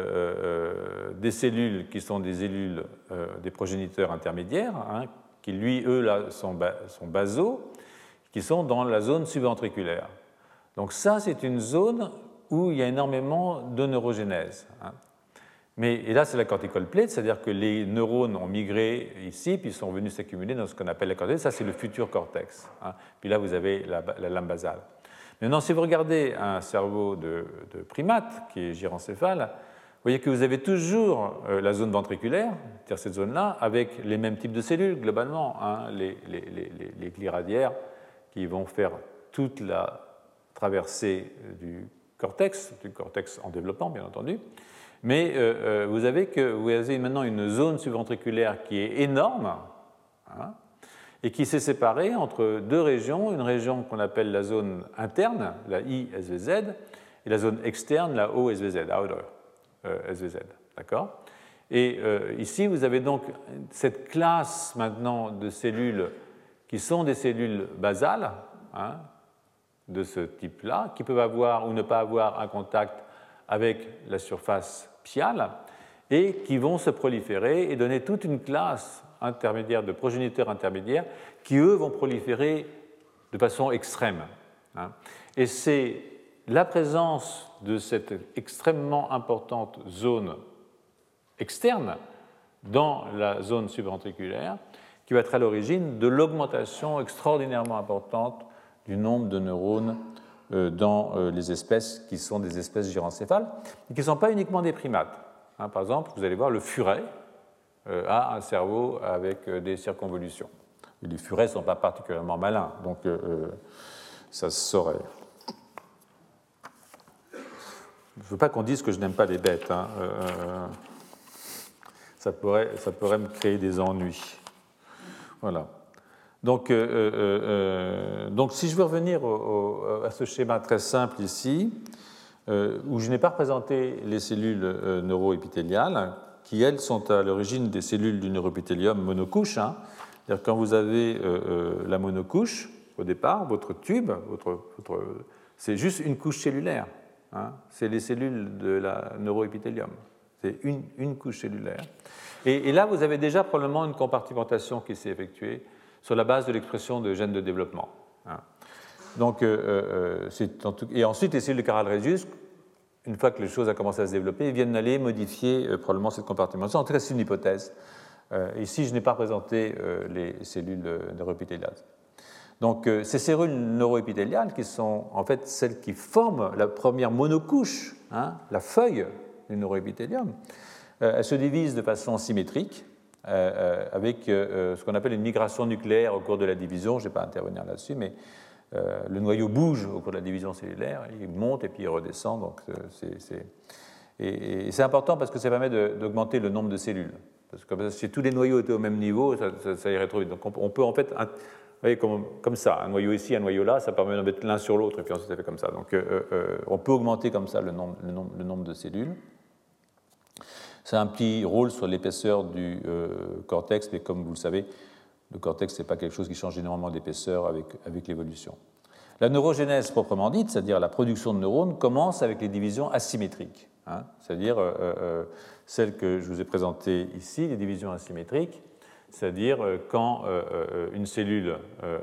des cellules qui sont des cellules des progéniteurs intermédiaires, hein, qui lui, eux, là, sont basaux, qui sont dans la zone subventriculaire. Donc ça, c'est une zone où il y a énormément de neurogénèse. Hein. Et là, c'est la cortical plate, c'est-à-dire que les neurones ont migré ici, puis sont venus s'accumuler dans ce qu'on appelle la cortex. Ça, c'est le futur cortex. Hein. Puis là, vous avez la lame basale. Maintenant, si vous regardez un cerveau de primate, qui est gyrencéphale, vous voyez que vous avez toujours la zone ventriculaire, c'est-à-dire cette zone-là, avec les mêmes types de cellules, globalement, hein, les gliradiaires qui vont faire toute la traversée du cortex en développement, bien entendu. Mais vous avez maintenant une zone subventriculaire qui est énorme, hein, et qui s'est séparée entre deux régions, une région qu'on appelle la zone interne, la ISVZ, et la zone externe, la OSVZ, outer SVZ. D'accord ? Et ici, vous avez donc cette classe maintenant de cellules qui sont des cellules basales, hein, de ce type-là, qui peuvent avoir ou ne pas avoir un contact avec la surface piale, et qui vont se proliférer et donner toute une classe intermédiaires, de progéniteurs intermédiaires, qui, eux, vont proliférer de façon extrême. Hein. Et c'est la présence de cette extrêmement importante zone externe dans la zone subventriculaire qui va être à l'origine de l'augmentation extraordinairement importante du nombre de neurones dans les espèces qui sont des espèces gyrencéphales, et qui ne sont pas uniquement des primates. Hein. Par exemple, vous allez voir le furet, a un cerveau avec des circonvolutions. Et les furets ne sont pas particulièrement malins, donc ça se saurait. Je ne veux pas qu'on dise que je n'aime pas les bêtes. Hein. Ça pourrait me créer des ennuis. Voilà. Donc si je veux revenir à ce schéma très simple ici, où je n'ai pas représenté les cellules neuroépithéliales, qui, elles, sont à l'origine des cellules du neuroépithélium monocouche. Hein. C'est-à-dire quand vous avez la monocouche, au départ, votre tube, c'est juste une couche cellulaire. Hein. C'est les cellules de la neuroépithélium. C'est une couche cellulaire. Et là, vous avez déjà probablement une compartimentation qui s'est effectuée sur la base de l'expression de gènes de développement. Hein. Donc, et ensuite, les cellules de Caral-Regis, une fois que les choses ont commencé à se développer, viennent aller modifier probablement cette compartimentation. En tout cas, c'est une hypothèse. Ici, je n'ai pas représenté les cellules neuroépithéliales. Donc, ces cellules neuroépithéliales, qui sont en fait celles qui forment la première monocouche, hein, la feuille du neuroépithélium, elles se divisent de façon symétrique, avec ce qu'on appelle une migration nucléaire au cours de la division. Je ne vais pas intervenir là-dessus, mais le noyau bouge au cours de la division cellulaire, il monte et puis il redescend. Donc c'est important parce que ça permet d'augmenter le nombre de cellules. Parce que si tous les noyaux étaient au même niveau, ça irait trop vite. Donc on peut en fait, vous voyez, comme ça, un noyau ici, un noyau là, ça permet de mettre l'un sur l'autre et puis ensuite ça fait comme ça. Donc on peut augmenter comme ça le nombre de cellules. Ça a un petit rôle sur l'épaisseur du cortex, mais comme vous le savez, le cortex, ce n'est pas quelque chose qui change énormément d'épaisseur avec l'évolution. La neurogénèse proprement dite, c'est-à-dire la production de neurones, commence avec les divisions asymétriques, hein, c'est-à-dire celles que je vous ai présentées ici, les divisions asymétriques, c'est-à-dire quand une cellule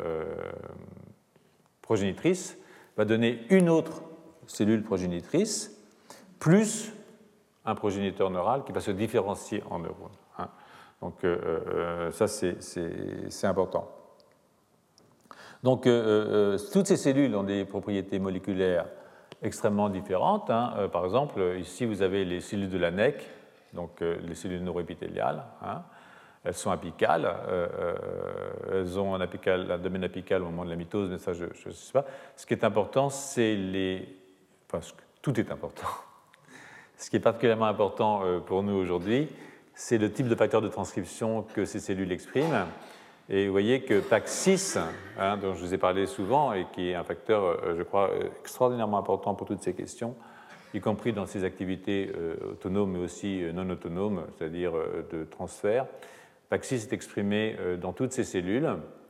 progénitrice va donner une autre cellule progénitrice, plus un progéniteur neural qui va se différencier en neurones. Hein. Donc ça, c'est important. Donc toutes ces cellules ont des propriétés moléculaires extrêmement différentes. Hein. Par exemple, ici, vous avez les cellules de la NEC, donc les cellules neuroépithéliales. Hein. Elles sont apicales. Elles ont un domaine apical au moment de la mitose, mais ça, je ne sais pas. Ce qui est important, c'est tout est important. Ce qui est particulièrement important pour nous aujourd'hui, c'est le type de facteur de transcription que ces cellules expriment. Et vous voyez que PAX6, hein, dont je vous ai parlé souvent, et qui est un facteur, je crois, extraordinairement important pour toutes ces questions, y compris dans ses activités autonomes mais aussi non autonomes, c'est-à-dire de transfert. PAX6 est exprimé dans toutes ces cellules,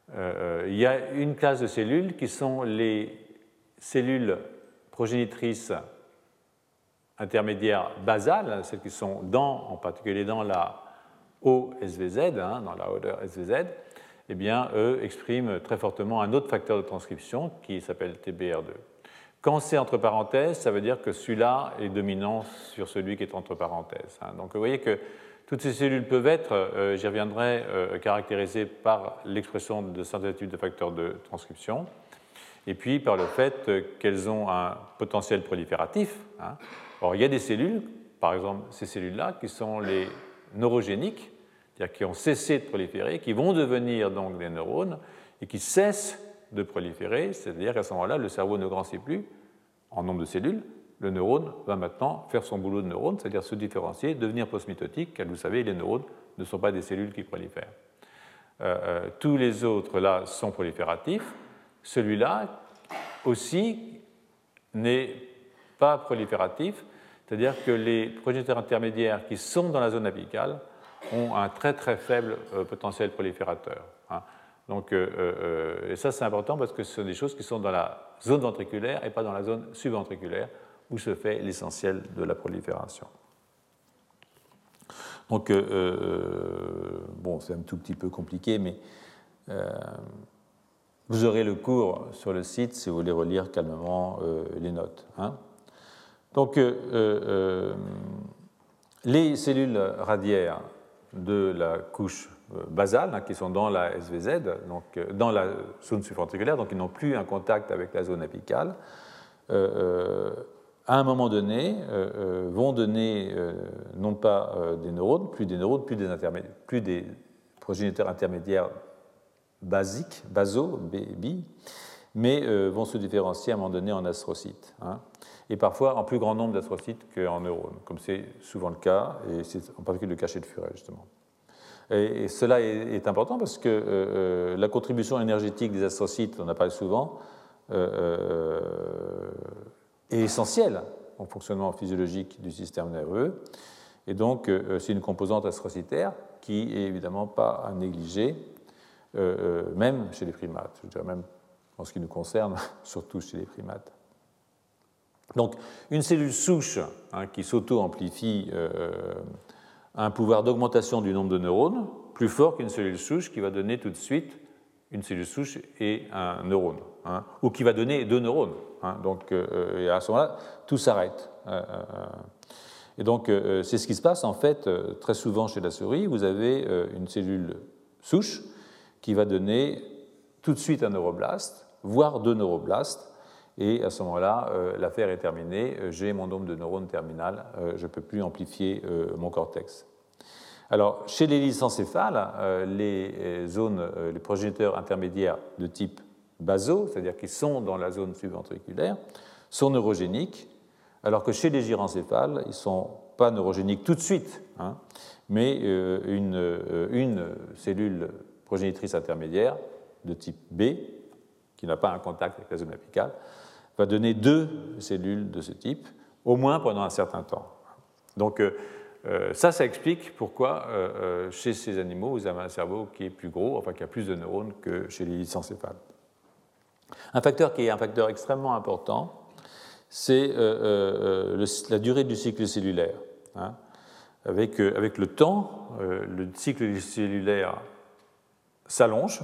il y a une classe de cellules qui sont les cellules progénitrices intermédiaires basales, celles qui sont en particulier dans la OSVZ, dans la odeur SVZ, eh bien, eux expriment très fortement un autre facteur de transcription qui s'appelle TBR2. Quand c'est entre parenthèses, ça veut dire que celui-là est dominant sur celui qui est entre parenthèses. Donc vous voyez que toutes ces cellules peuvent être, j'y reviendrai, caractérisées par l'expression de certaines types de facteurs de transcription, et puis par le fait qu'elles ont un potentiel prolifératif. Or, il y a des cellules, par exemple ces cellules-là, qui sont les neurogéniques, c'est-à-dire qui ont cessé de proliférer, qui vont devenir donc des neurones et qui cessent de proliférer, c'est-à-dire qu'à ce moment-là, le cerveau ne grandit plus en nombre de cellules, le neurone va maintenant faire son boulot de neurone, c'est-à-dire se différencier, devenir postmitotique, car vous savez, les neurones ne sont pas des cellules qui prolifèrent. Tous les autres, là, sont prolifératifs. Celui-là aussi n'est pas prolifératif, c'est-à-dire que les progéniteurs intermédiaires qui sont dans la zone apicale ont un très très faible potentiel proliférateur. Donc, et ça c'est important parce que ce sont des choses qui sont dans la zone ventriculaire et pas dans la zone subventriculaire où se fait l'essentiel de la prolifération. Donc, bon, c'est un tout petit peu compliqué, mais vous aurez le cours sur le site si vous voulez relire calmement les notes. Donc, les cellules radiaires de la couche basale, qui sont dans la SVZ, donc dans la zone subventriculaire, donc ils n'ont plus un contact avec la zone apicale, à un moment donné, vont donner non pas des neurones, plus des progéniteurs intermédiaires basiques, mais vont se différencier à un moment donné en astrocytes. Et parfois en plus grand nombre d'astrocytes qu'en neurones, comme c'est souvent le cas, et c'est en particulier le cas chez le furet, justement. Et cela est important parce que la contribution énergétique des astrocytes, on en parle souvent, est essentielle au fonctionnement physiologique du système nerveux. Et donc, c'est une composante astrocytaire qui n'est évidemment pas à négliger, même chez les primates, je dirais même en ce qui nous concerne, surtout chez les primates. Donc, une cellule souche qui s'auto-amplifie a un pouvoir d'augmentation du nombre de neurones plus fort qu'une cellule souche qui va donner tout de suite une cellule souche et un neurone, ou qui va donner deux neurones. Donc, et à ce moment-là, tout s'arrête. Et donc, c'est ce qui se passe en fait très souvent chez la souris. Vous avez une cellule souche qui va donner tout de suite un neuroblaste, voire deux neuroblastes. Et à ce moment-là, l'affaire est terminée, j'ai mon nombre de neurones terminal, je ne peux plus amplifier mon cortex. Alors, chez les lysencéphales, les progéniteurs intermédiaires de type basaux, c'est-à-dire qui sont dans la zone subventriculaire, sont neurogéniques, alors que chez les gyrencéphales, ils ne sont pas neurogéniques tout de suite, mais une cellule progénitrice intermédiaire de type B, qui n'a pas un contact avec la zone apicale, va donner deux cellules de ce type, au moins pendant un certain temps. Donc, ça explique pourquoi chez ces animaux, vous avez un cerveau qui est plus gros, enfin qui a plus de neurones que chez les lysencéphales. Un facteur qui est un facteur extrêmement important, c'est la durée du cycle cellulaire. Avec le temps, le cycle cellulaire s'allonge,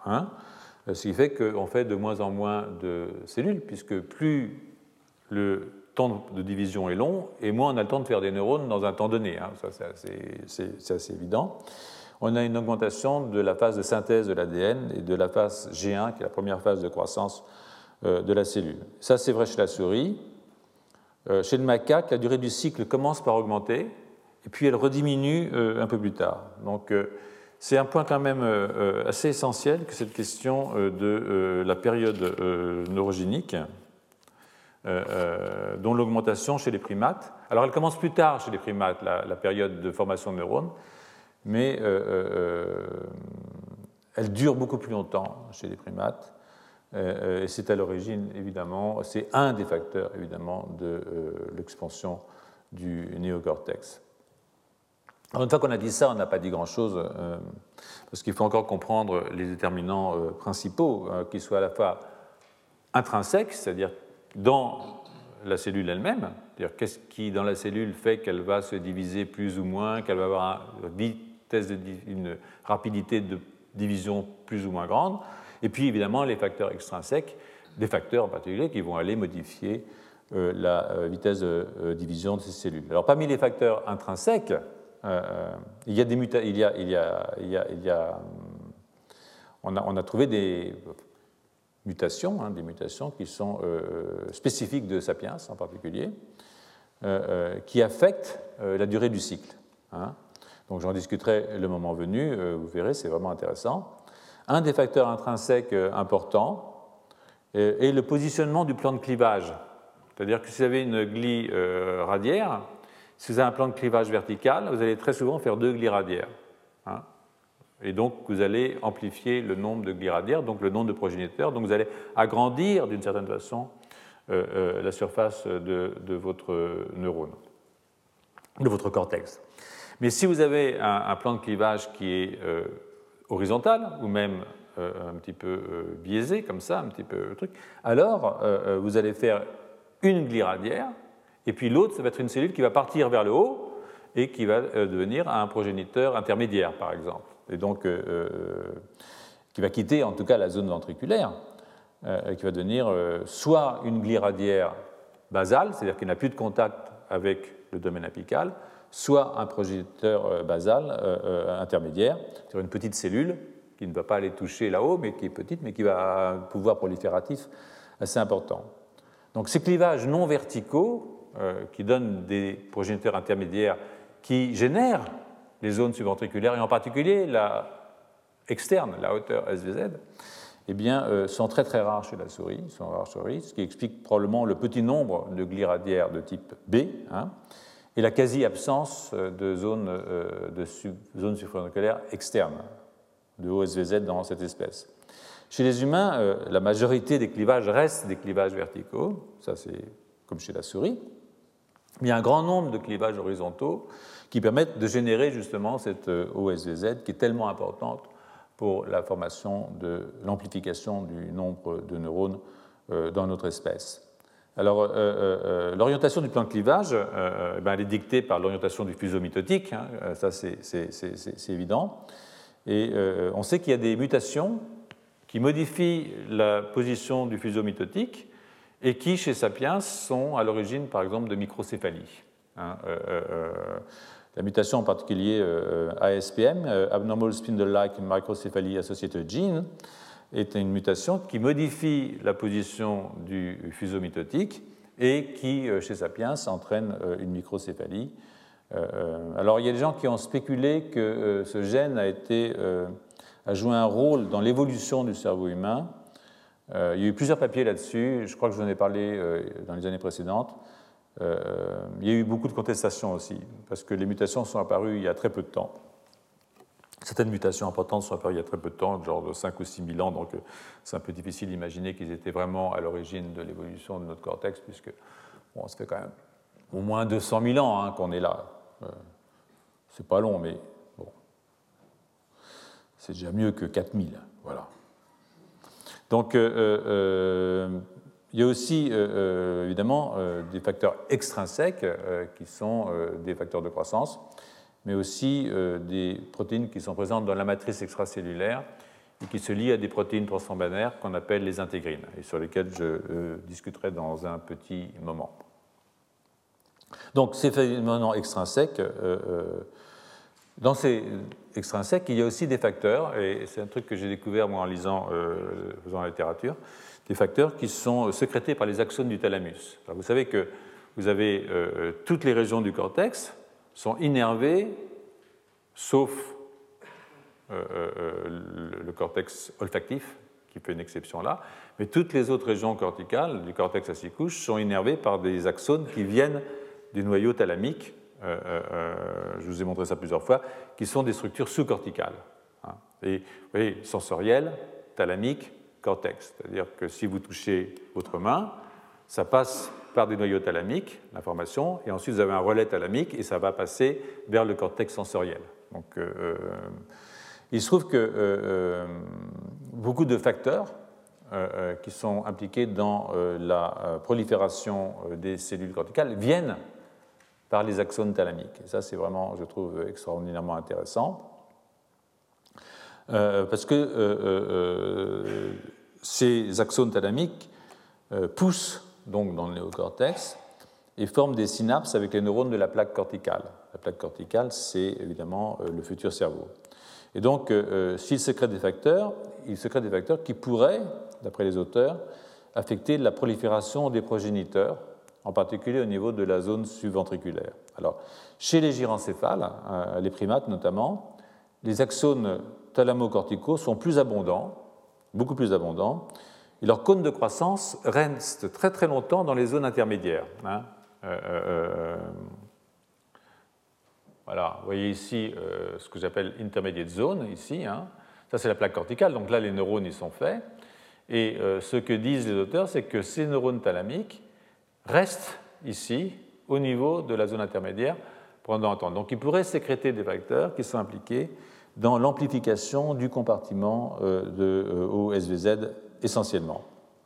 ce qui fait qu'on fait de moins en moins de cellules, puisque plus le temps de division est long, et moins on a le temps de faire des neurones dans un temps donné. Ça, c'est assez évident. On a une augmentation de la phase de synthèse de l'ADN et de la phase G1, qui est la première phase de croissance de la cellule. Ça, c'est vrai chez la souris. Chez le macaque, la durée du cycle commence par augmenter, et puis elle rediminue un peu plus tard. Donc, c'est un point quand même assez essentiel que cette question de la période neurogénique, dont l'augmentation chez les primates. Alors elle commence plus tard chez les primates, la période de formation de neurones, mais elle dure beaucoup plus longtemps chez les primates. Et c'est à l'origine, évidemment, c'est un des facteurs, évidemment, de l'expansion du néocortex. Alors, une fois qu'on a dit ça, on n'a pas dit grand-chose, parce qu'il faut encore comprendre les déterminants principaux, qui soient à la fois intrinsèques, c'est-à-dire dans la cellule elle-même, c'est-à-dire qu'est-ce qui, dans la cellule, fait qu'elle va se diviser plus ou moins, qu'elle va avoir une rapidité de division plus ou moins grande, et puis évidemment les facteurs extrinsèques, des facteurs en particulier qui vont aller modifier la vitesse de division de ces cellules. Alors parmi les facteurs intrinsèques, il y a on a trouvé des mutations, des mutations qui sont spécifiques de Sapiens en particulier, qui affectent la durée du cycle. Donc j'en discuterai le moment venu, vous verrez, c'est vraiment intéressant. Un des facteurs intrinsèques importants est le positionnement du plan de clivage. C'est-à-dire que si vous avez une glie radiaire, si vous avez un plan de clivage vertical, vous allez très souvent faire 2 glies radiaires. Et donc, vous allez amplifier le nombre de glies radiaires, donc le nombre de progéniteurs. Donc, vous allez agrandir d'une certaine façon la surface de votre neurone, de votre cortex. Mais si vous avez un plan de clivage qui est horizontal, ou même un petit peu biaisé, comme ça, un petit peu truc, alors vous allez faire une glie radiaire, et puis l'autre, ça va être une cellule qui va partir vers le haut et qui va devenir un progéniteur intermédiaire, par exemple. Et donc, qui va quitter en tout cas la zone ventriculaire, qui va devenir soit une glie radiaire basale, c'est-à-dire qu'il n'a plus de contact avec le domaine apical, soit un progéniteur basal intermédiaire, c'est-à-dire une petite cellule qui ne va pas aller toucher là-haut, mais qui est petite, mais qui va avoir un pouvoir prolifératif assez important. Donc ces clivages non verticaux, qui donnent des progéniteurs intermédiaires qui génèrent les zones subventriculaires, et en particulier la externe, la hauteur SVZ, eh bien, sont très très rares chez la souris, ce qui explique probablement le petit nombre de glies radiaires de type B, et la quasi-absence de zones subventriculaires externes, de haut SVZ dans cette espèce. Chez les humains, la majorité des clivages restent des clivages verticaux, ça c'est comme chez la souris. Il y a un grand nombre de clivages horizontaux qui permettent de générer justement cette OSVZ qui est tellement importante pour la formation de l'amplification du nombre de neurones dans notre espèce. Alors, l'orientation du plan de clivage, elle est dictée par l'orientation du fuseau mitotique, ça c'est évident. Et on sait qu'il y a des mutations qui modifient la position du fuseau mitotique et qui, chez Sapiens, sont à l'origine, par exemple, de microcéphalie. La mutation en particulier ASPM, Abnormal Spindle-like Microcephaly Associated Gene, est une mutation qui modifie la position du fuseau mitotique et qui, chez Sapiens, entraîne une microcéphalie. Alors, il y a des gens qui ont spéculé que ce gène a joué un rôle dans l'évolution du cerveau humain. Il y a eu plusieurs papiers là-dessus, je crois que je vous en ai parlé dans les années précédentes. Il y a eu beaucoup de contestations aussi, parce que les mutations sont apparues il y a très peu de temps. Certaines mutations importantes sont apparues il y a très peu de temps, genre de 5 ou 6 000 ans, donc c'est un peu difficile d'imaginer qu'ils étaient vraiment à l'origine de l'évolution de notre cortex, puisque bon, ça fait quand même au moins 200 000 ans qu'on est là. C'est pas long, mais bon, c'est déjà mieux que 4000, voilà. Donc, il y a aussi, évidemment, des facteurs extrinsèques qui sont des facteurs de croissance, mais aussi des protéines qui sont présentes dans la matrice extracellulaire et qui se lient à des protéines transmembranaires qu'on appelle les intégrines, et sur lesquelles je discuterai dans un petit moment. Donc, ces phénomènes extrinsèques, dans ces extrinsèques, il y a aussi des facteurs, et c'est un truc que j'ai découvert moi en lisant, faisant la littérature, des facteurs qui sont sécrétés par les axones du thalamus. Alors, vous savez que vous avez toutes les régions du cortex sont innervées, sauf le cortex olfactif, qui fait une exception là, mais toutes les autres régions corticales du cortex à 6 couches sont innervées par des axones qui viennent du noyau thalamique, je vous ai montré ça plusieurs fois, qui sont des structures sous-corticales. Et vous voyez, sensorielles, thalamique, cortex. C'est-à-dire que si vous touchez votre main, ça passe part du noyau thalamique, l'information, et ensuite vous avez un relais thalamique et ça va passer vers le cortex sensoriel. Donc, il se trouve que beaucoup de facteurs qui sont impliqués dans la prolifération des cellules corticales viennent par les axones thalamiques. Et ça, c'est vraiment, je trouve, extraordinairement intéressant. Parce que ces axones thalamiques poussent donc dans le néocortex et forment des synapses avec les neurones de la plaque corticale. La plaque corticale, c'est évidemment le futur cerveau. Et donc, s'il sécrète des facteurs, il sécrète des facteurs qui pourraient, d'après les auteurs, affecter la prolifération des progéniteurs, en particulier au niveau de la zone subventriculaire. Alors, chez les gyrencéphales, les primates notamment, les axones thalamocorticaux sont plus abondants, beaucoup plus abondants, et leur cône de croissance reste très très longtemps dans les zones intermédiaires. Voilà, vous voyez ici ce que j'appelle intermediate zone, ici. Ça, c'est la plaque corticale, donc là, les neurones y sont faits. Et ce que disent les auteurs, c'est que ces neurones thalamiques restent ici, au niveau de la zone intermédiaire, pendant un temps. Donc, ils pourraient sécréter des facteurs qui sont impliqués dans l'amplification du compartiment de OSVZ essentiellement.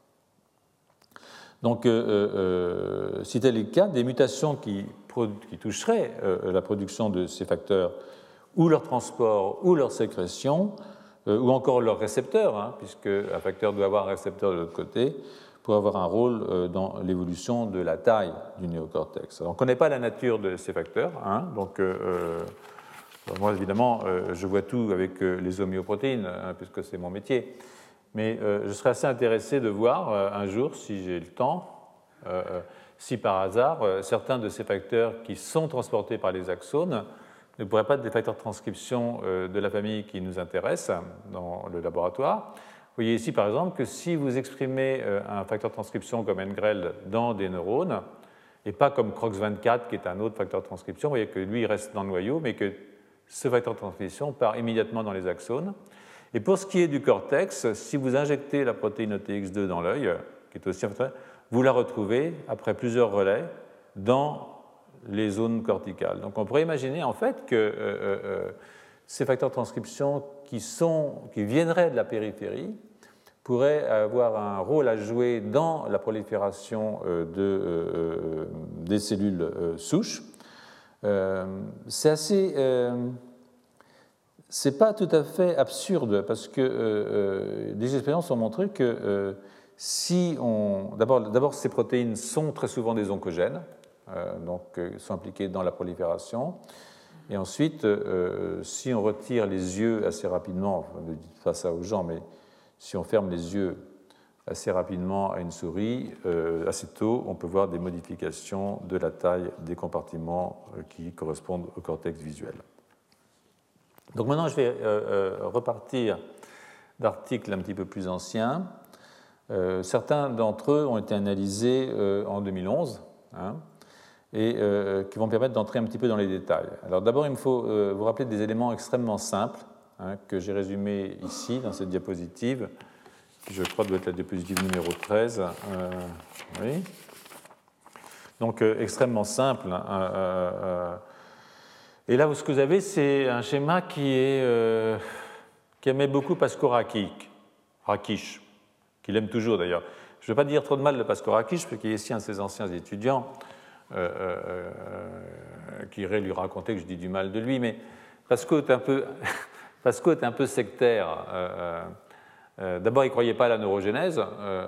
Donc, si tel est le cas, des mutations qui toucheraient la production de ces facteurs, ou leur transport, ou leur sécrétion, ou encore leur récepteur, puisque un facteur doit avoir un récepteur de l'autre côté, pour avoir un rôle dans l'évolution de la taille du néocortex. Alors, on ne connaît pas la nature de ces facteurs, donc moi, évidemment, je vois tout avec les homéoprotéines, puisque c'est mon métier. Mais je serais assez intéressé de voir un jour, si j'ai le temps, si par hasard, certains de ces facteurs qui sont transportés par les axones ne pourraient pas être des facteurs de transcription de la famille qui nous intéresse dans le laboratoire. Vous voyez ici, par exemple, que si vous exprimez un facteur de transcription comme NGREL dans des neurones, et pas comme CROX24, qui est un autre facteur de transcription, vous voyez que lui, il reste dans le noyau, mais que ce facteur de transcription part immédiatement dans les axones. Et pour ce qui est du cortex, si vous injectez la protéine OTX2 dans l'œil, qui est aussi un facteur, vous la retrouvez, après plusieurs relais, dans les zones corticales. Donc on pourrait imaginer en fait que ces facteurs de transcription qui viendraient de la périphérie pourraient avoir un rôle à jouer dans la prolifération des cellules souches. C'est pas tout à fait absurde parce que des expériences ont montré que d'abord ces protéines sont très souvent des oncogènes, donc sont impliquées dans la prolifération. Et ensuite, si on retire les yeux assez rapidement, enfin, ne dites pas ça aux gens, mais si on ferme les yeux assez rapidement à une souris, assez tôt, on peut voir des modifications de la taille des compartiments qui correspondent au cortex visuel. Donc maintenant, je vais repartir d'articles un petit peu plus anciens. Certains d'entre eux ont été analysés en 2011 et qui vont permettre d'entrer un petit peu dans les détails. Alors d'abord, il me faut vous rappeler des éléments extrêmement simples que j'ai résumés ici dans cette diapositive, qui je crois doit être la diapositive numéro 13. Oui. Donc extrêmement simple. Et là, ce que vous avez, c'est un schéma qui aimait beaucoup Pasco Rakic, qu'il aime toujours d'ailleurs. Je ne veux pas dire trop de mal de Pasco Rakic, parce qu'il y a ici un de ses anciens étudiants qui irait lui raconter que je dis du mal de lui, mais Pasco est un peu sectaire. D'abord, il ne croyait pas à la neurogénèse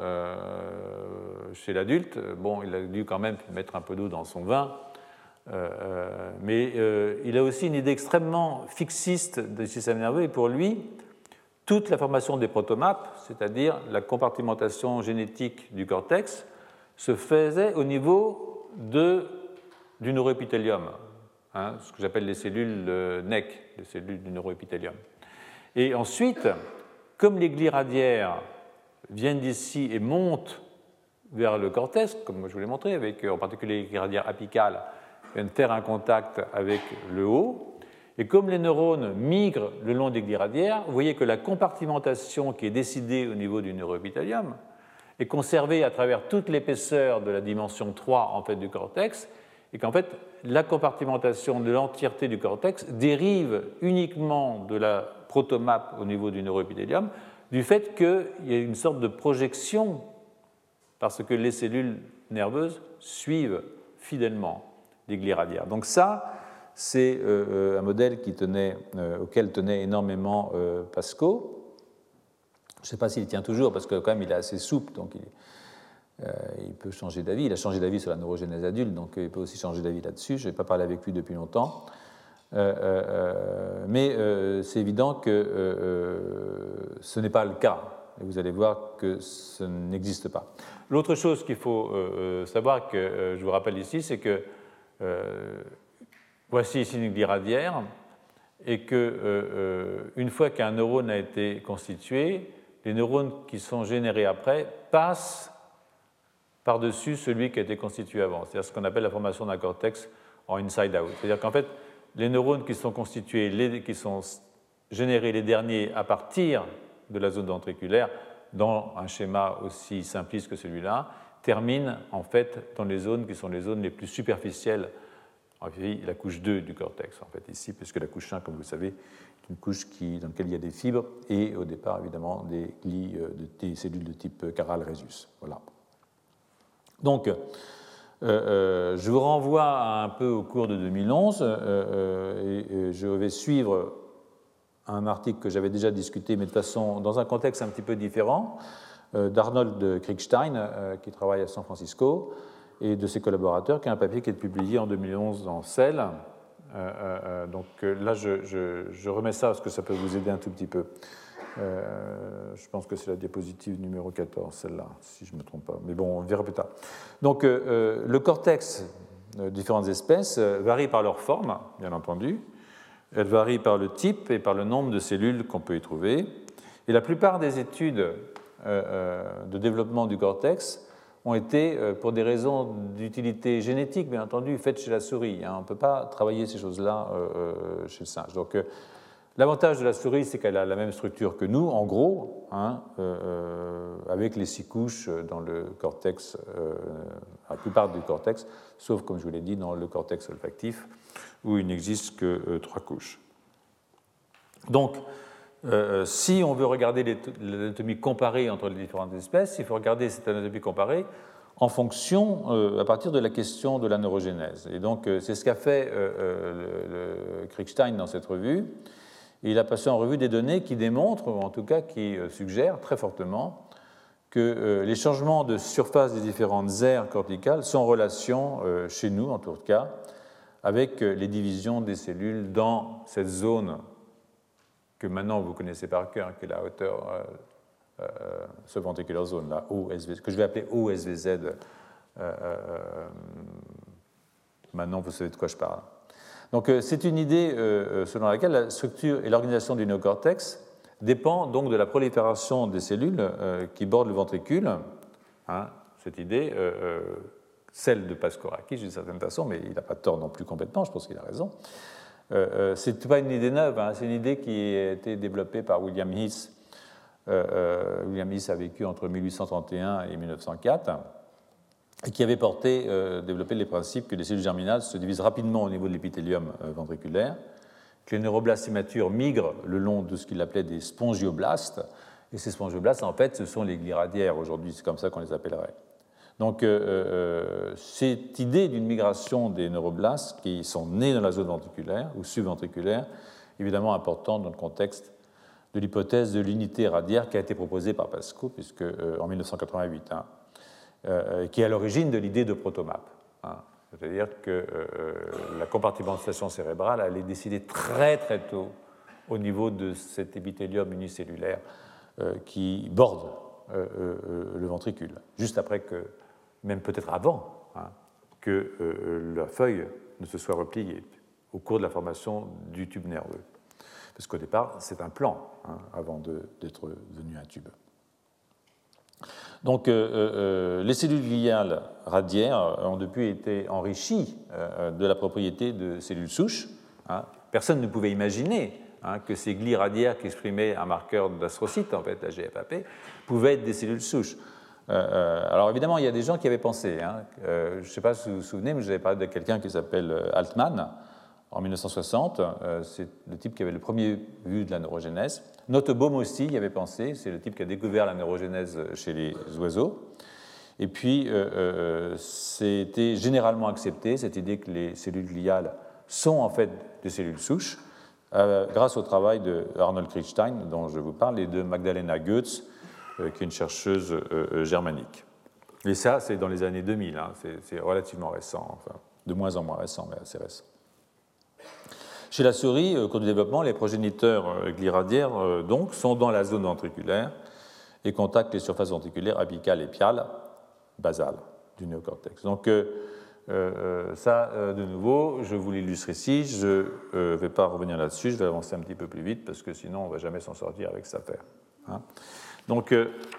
chez l'adulte. Bon, il a dû quand même mettre un peu d'eau dans son vin. Mais il a aussi une idée extrêmement fixiste du système nerveux, et pour lui, toute la formation des protomaps, c'est-à-dire la compartimentation génétique du cortex, se faisait au niveau du neuroépithélium, ce que j'appelle les cellules NEC, les cellules du neuroépithélium. Et ensuite, comme les glis radiaires viennent d'ici et montent vers le cortex, comme je vous l'ai montré, avec en particulier les glis radiaires apicales, viennent faire un contact avec le haut. Et comme les neurones migrent le long des glis radiaires, vous voyez que la compartimentation qui est décidée au niveau du neuroépithélium est conservé à travers toute l'épaisseur de la dimension 3 en fait, du cortex, et qu'en fait, la compartimentation de l'entièreté du cortex dérive uniquement de la protomap au niveau du neuroépithélium, du fait qu'il y a une sorte de projection, parce que les cellules nerveuses suivent fidèlement les glies radiaires. Donc ça, c'est un modèle auquel tenait énormément Pascoe. Je ne sais pas s'il tient toujours, parce que quand même il est assez souple, donc il peut changer d'avis. Il a changé d'avis sur la neurogénèse adulte, donc il peut aussi changer d'avis là-dessus. Je n'ai pas parlé avec lui depuis longtemps. Mais c'est évident que ce n'est pas le cas. Et vous allez voir que ce n'existe pas. L'autre chose qu'il faut savoir, que je vous rappelle ici, c'est que voici ici une glie radiaire, et qu'une fois qu'un neurone a été constitué, les neurones qui sont générés après passent par-dessus celui qui a été constitué avant. C'est-à-dire ce qu'on appelle la formation d'un cortex en inside-out. C'est-à-dire qu'en fait, les neurones qui sont constitués, qui sont générés les derniers à partir de la zone ventriculaire, dans un schéma aussi simpliste que celui-là, terminent en fait dans les zones qui sont les zones les plus superficielles, en fait, la couche 2 du cortex, en fait, ici, puisque la couche 1, comme vous le savez, est une couche dans laquelle il y a des fibres et au départ, évidemment, des cellules de type chiral rhésus. Voilà. Donc, je vous renvoie un peu au cours de 2011 et je vais suivre un article que j'avais déjà discuté, mais de façon dans un contexte un petit peu différent, d'Arnold Kriegstein, qui travaille à San Francisco, et de ses collaborateurs, qui a un papier qui est publié en 2011 dans Cell. Donc là, je remets ça parce que ça peut vous aider un tout petit peu. Je pense que c'est la diapositive numéro 14, celle-là, si je ne me trompe pas. Mais bon, on verra plus tard. Donc, le cortex de différentes espèces varie par leur forme, bien entendu. Elle varie par le type et par le nombre de cellules qu'on peut y trouver. Et la plupart des études de développement du cortex ont été, pour des raisons d'utilité génétique, bien entendu, faites chez la souris. On ne peut pas travailler ces choses-là chez le singe. Donc, l'avantage de la souris, c'est qu'elle a la même structure que nous, en gros, avec les 6 couches dans le cortex, la plupart du cortex, sauf, comme je vous l'ai dit, dans le cortex olfactif, où il n'existe que 3 couches. Donc, si on veut regarder l'anatomie comparée entre les différentes espèces, il faut regarder cette anatomie comparée en fonction, à partir de la question de la neurogénèse. Et donc, c'est ce qu'a fait le Kriegstein dans cette revue. Il a passé en revue des données qui démontrent, ou en tout cas qui suggèrent très fortement, que les changements de surface des différentes aires corticales sont en relation, chez nous en tout cas, avec les divisions des cellules dans cette zone que maintenant vous connaissez par cœur, qui est la hauteur subventriculaire zone, la OSV, que je vais appeler OSVZ. Maintenant, vous savez de quoi je parle. Donc, c'est une idée selon laquelle la structure et l'organisation du néocortex dépend donc de la prolifération des cellules qui bordent le ventricule. Cette idée, celle de Pascoe-Rakic d'une certaine façon, mais il n'a pas tort non plus complètement, je pense qu'il a raison. Ce n'est pas une idée neuve, c'est une idée qui a été développée par William Heath. William Heath a vécu entre 1831 et 1904, et qui avait développé les principes que les cellules germinales se divisent rapidement au niveau de l'épithélium ventriculaire, que les neuroblastes immatures migrent le long de ce qu'il appelait des spongioblastes, et ces spongioblastes, en fait, ce sont les glies radiaires aujourd'hui, c'est comme ça qu'on les appellerait. Donc, cette idée d'une migration des neuroblastes qui sont nés dans la zone ventriculaire ou subventriculaire, évidemment importante dans le contexte de l'hypothèse de l'unité radiaire qui a été proposée par Pascoe, puisque, en 1988, qui est à l'origine de l'idée de protomap. C'est-à-dire que la compartimentation cérébrale allait décider très très tôt au niveau de cet épithélium unicellulaire qui borde le ventricule, juste après que, même peut-être avant, que la feuille ne se soit repliée au cours de la formation du tube nerveux. Parce qu'au départ, c'est un plan avant d'être devenu un tube. Donc, les cellules gliales radiaires ont depuis été enrichies de la propriété de cellules souches. Personne ne pouvait imaginer que ces glies radiaires qui exprimaient un marqueur d'astrocyte, en fait, la GFAP, pouvaient être des cellules souches. Alors évidemment, il y a des gens qui avaient pensé. Je ne sais pas si vous vous souvenez, mais j'avais parlé de quelqu'un qui s'appelle Altman en 1960. C'est le type qui avait le premier vu de la neurogénèse. Nottebohm aussi y avait pensé. C'est le type qui a découvert la neurogénèse chez les oiseaux. Et puis, c'était généralement accepté, cette idée que les cellules gliales sont en fait des cellules souches, grâce au travail de Arnold Kriegstein, dont je vous parle, et de Magdalena Goetz, qui est une chercheuse germanique. Et ça, c'est dans les années 2000, c'est relativement récent, enfin, de moins en moins récent, mais assez récent. Chez la souris, au cours du développement, les progéniteurs gliradiaires donc, sont dans la zone ventriculaire et contactent les surfaces ventriculaires apicales et piales, basales du néocortex. Donc, ça, de nouveau, je vous l'illustre ici. Je ne vais pas revenir là-dessus, je vais avancer un petit peu plus vite parce que sinon, on ne va jamais s'en sortir avec cette affaire. Donc,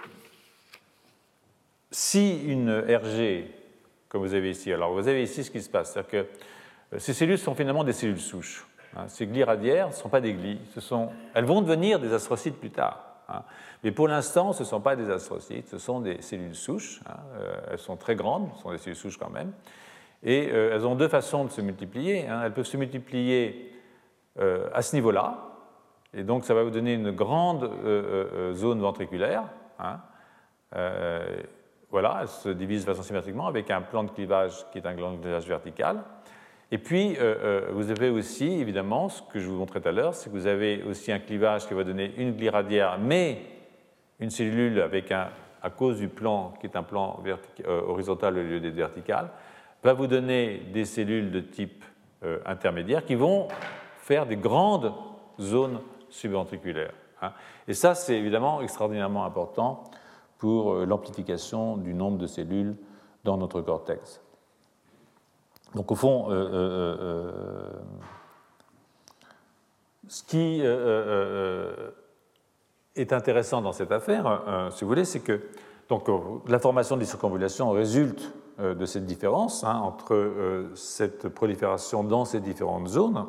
si une RG, comme vous avez ici, alors vous avez ici ce qui se passe, c'est-à-dire que ces cellules sont finalement des cellules souches. Ces glies radiaires ne sont pas des glies, elles vont devenir des astrocytes plus tard. Mais pour l'instant, ce ne sont pas des astrocytes, ce sont des cellules souches. Elles sont très grandes, ce sont des cellules souches quand même. Et elles ont deux façons de se multiplier. Elles peuvent se multiplier à ce niveau-là, et donc ça va vous donner une grande zone ventriculaire. Voilà, elles se divisent de façon symétriquement avec un plan de clivage qui est un plan de clivage vertical. Et puis, vous avez aussi, évidemment, ce que je vous montrais tout à l'heure, c'est que vous avez aussi un clivage qui va donner une glie radiaire, mais une cellule avec à cause du plan, qui est un plan horizontal au lieu d'être vertical, va vous donner des cellules de type intermédiaire qui vont faire des grandes zones subventriculaires. Et ça, c'est évidemment extraordinairement important pour l'amplification du nombre de cellules dans notre cortex. Donc, au fond, ce qui est intéressant dans cette affaire, si vous voulez, c'est que donc, la formation des circonvolations résulte de cette différence entre cette prolifération dans ces différentes zones.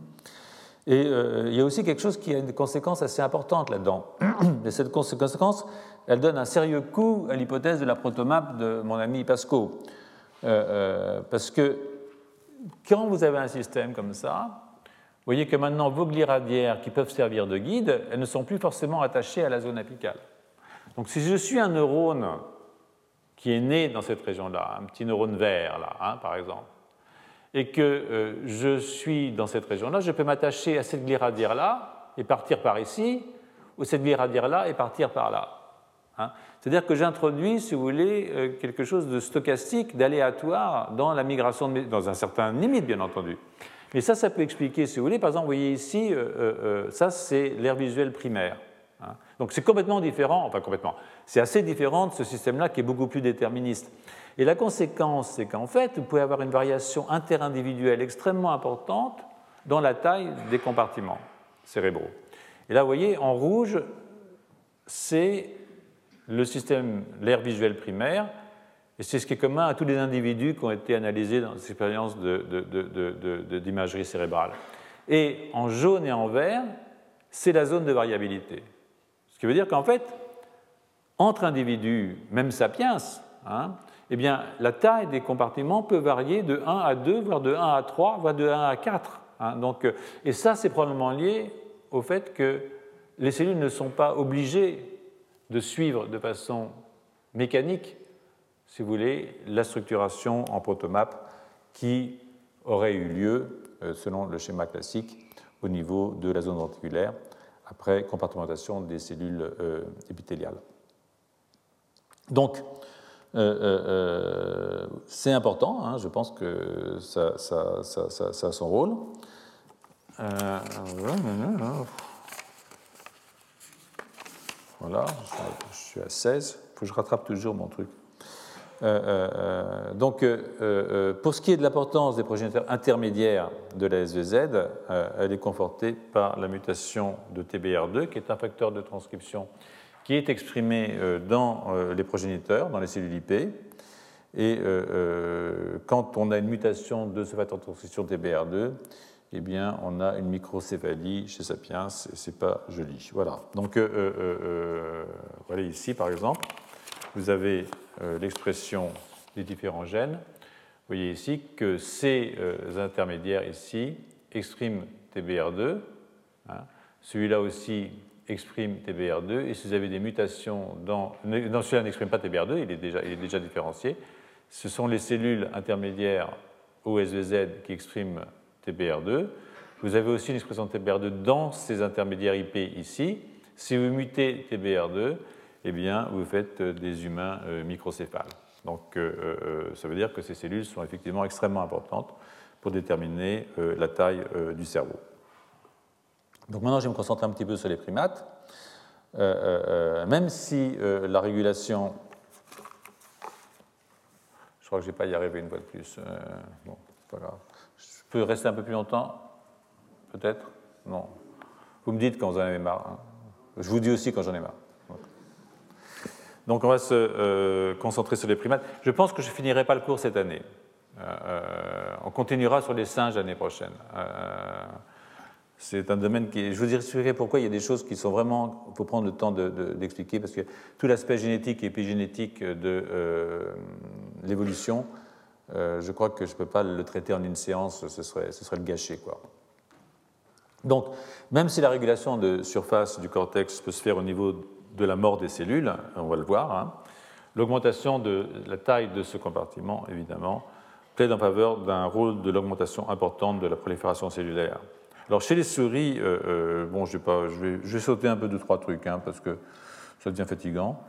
Et il y a aussi quelque chose qui a une conséquence assez importante là-dedans. Et cette conséquence, elle donne un sérieux coup à l'hypothèse de la protomap de mon ami Pascoe. Parce que quand vous avez un système comme ça, vous voyez que maintenant vos glies radiaires qui peuvent servir de guide, elles ne sont plus forcément attachées à la zone apicale. Donc si je suis un neurone qui est né dans cette région-là, un petit neurone vert là, par exemple, et que je suis dans cette région-là, je peux m'attacher à cette glie radiaire-là et partir par ici, ou cette glie radiaire-là et partir par là. C'est-à-dire que j'introduis, si vous voulez, quelque chose de stochastique, d'aléatoire dans la migration, dans un certain limite, bien entendu. Mais ça peut expliquer, si vous voulez, par exemple, vous voyez ici, ça c'est l'aire visuelle primaire. Donc c'est complètement différent, enfin complètement, c'est assez différent de ce système-là qui est beaucoup plus déterministe. Et la conséquence, c'est qu'en fait, vous pouvez avoir une variation interindividuelle extrêmement importante dans la taille des compartiments cérébraux. Et là, vous voyez, en rouge, c'est le système, l'aire visuelle primaire, et c'est ce qui est commun à tous les individus qui ont été analysés dans des expériences d'imagerie cérébrale. Et en jaune et en vert, c'est la zone de variabilité. Ce qui veut dire qu'en fait, entre individus, même sapiens, eh bien, la taille des compartiments peut varier de 1 à 2, voire de 1 à 3, voire de 1 à 4. Donc, et ça, c'est probablement lié au fait que les cellules ne sont pas obligées de suivre de façon mécanique, si vous voulez, la structuration en protomap qui aurait eu lieu, selon le schéma classique, au niveau de la zone ventriculaire, après compartimentation des cellules épithéliales. Donc, c'est important, je pense que ça a son rôle. Voilà, je suis à 16, il faut que je rattrape toujours mon truc. Donc, pour ce qui est de l'importance des progéniteurs intermédiaires de la SVZ, elle est confortée par la mutation de TBR2, qui est un facteur de transcription qui est exprimé dans les progéniteurs, dans les cellules IP. Et quand on a une mutation de ce facteur de transcription TBR2, eh bien, on a une microcéphalie chez Sapiens, et ce n'est pas joli. Voilà. Donc, voilà ici, par exemple, vous avez l'expression des différents gènes. Vous voyez ici que ces intermédiaires ici expriment TBR2. Hein. Celui-là aussi exprime TBR2. Et si vous avez des mutations dans celui-là n'exprime pas TBR2, il est déjà différencié. Ce sont les cellules intermédiaires OSVZ qui expriment TBR2. Vous avez aussi une expression de TBR2 dans ces intermédiaires IP ici. Si vous mutez TBR2, eh bien, vous faites des humains microcéphales. Donc, ça veut dire que ces cellules sont effectivement extrêmement importantes pour déterminer la taille du cerveau. Donc maintenant, je vais me concentrer un petit peu sur les primates. Même si la régulation... Je crois que je ne vais pas y arriver une fois de plus. Bon, c'est pas grave. Je peux rester un peu plus longtemps? Peut-être? Non. Vous me dites quand vous en avez marre. Hein. Je vous dis aussi quand j'en ai marre. Donc on va se concentrer sur les primates. Je pense que je ne finirai pas le cours cette année. On continuera sur les singes l'année prochaine. C'est un domaine qui... Je vous expliquerai pourquoi il y a des choses qui sont vraiment... Il faut prendre le temps d'expliquer, parce que tout l'aspect génétique et épigénétique de l'évolution, je crois que je ne peux pas le traiter en une séance, ce serait le gâcher, quoi. Donc, même si la régulation de surface du cortex peut se faire au niveau de la mort des cellules, on va le voir, hein, l'augmentation de la taille de ce compartiment, évidemment, plaide en faveur d'un rôle de l'augmentation importante de la prolifération cellulaire. Alors, chez les souris, bon, je vais sauter un peu 2-3 trucs, hein, parce que ça devient fatigant,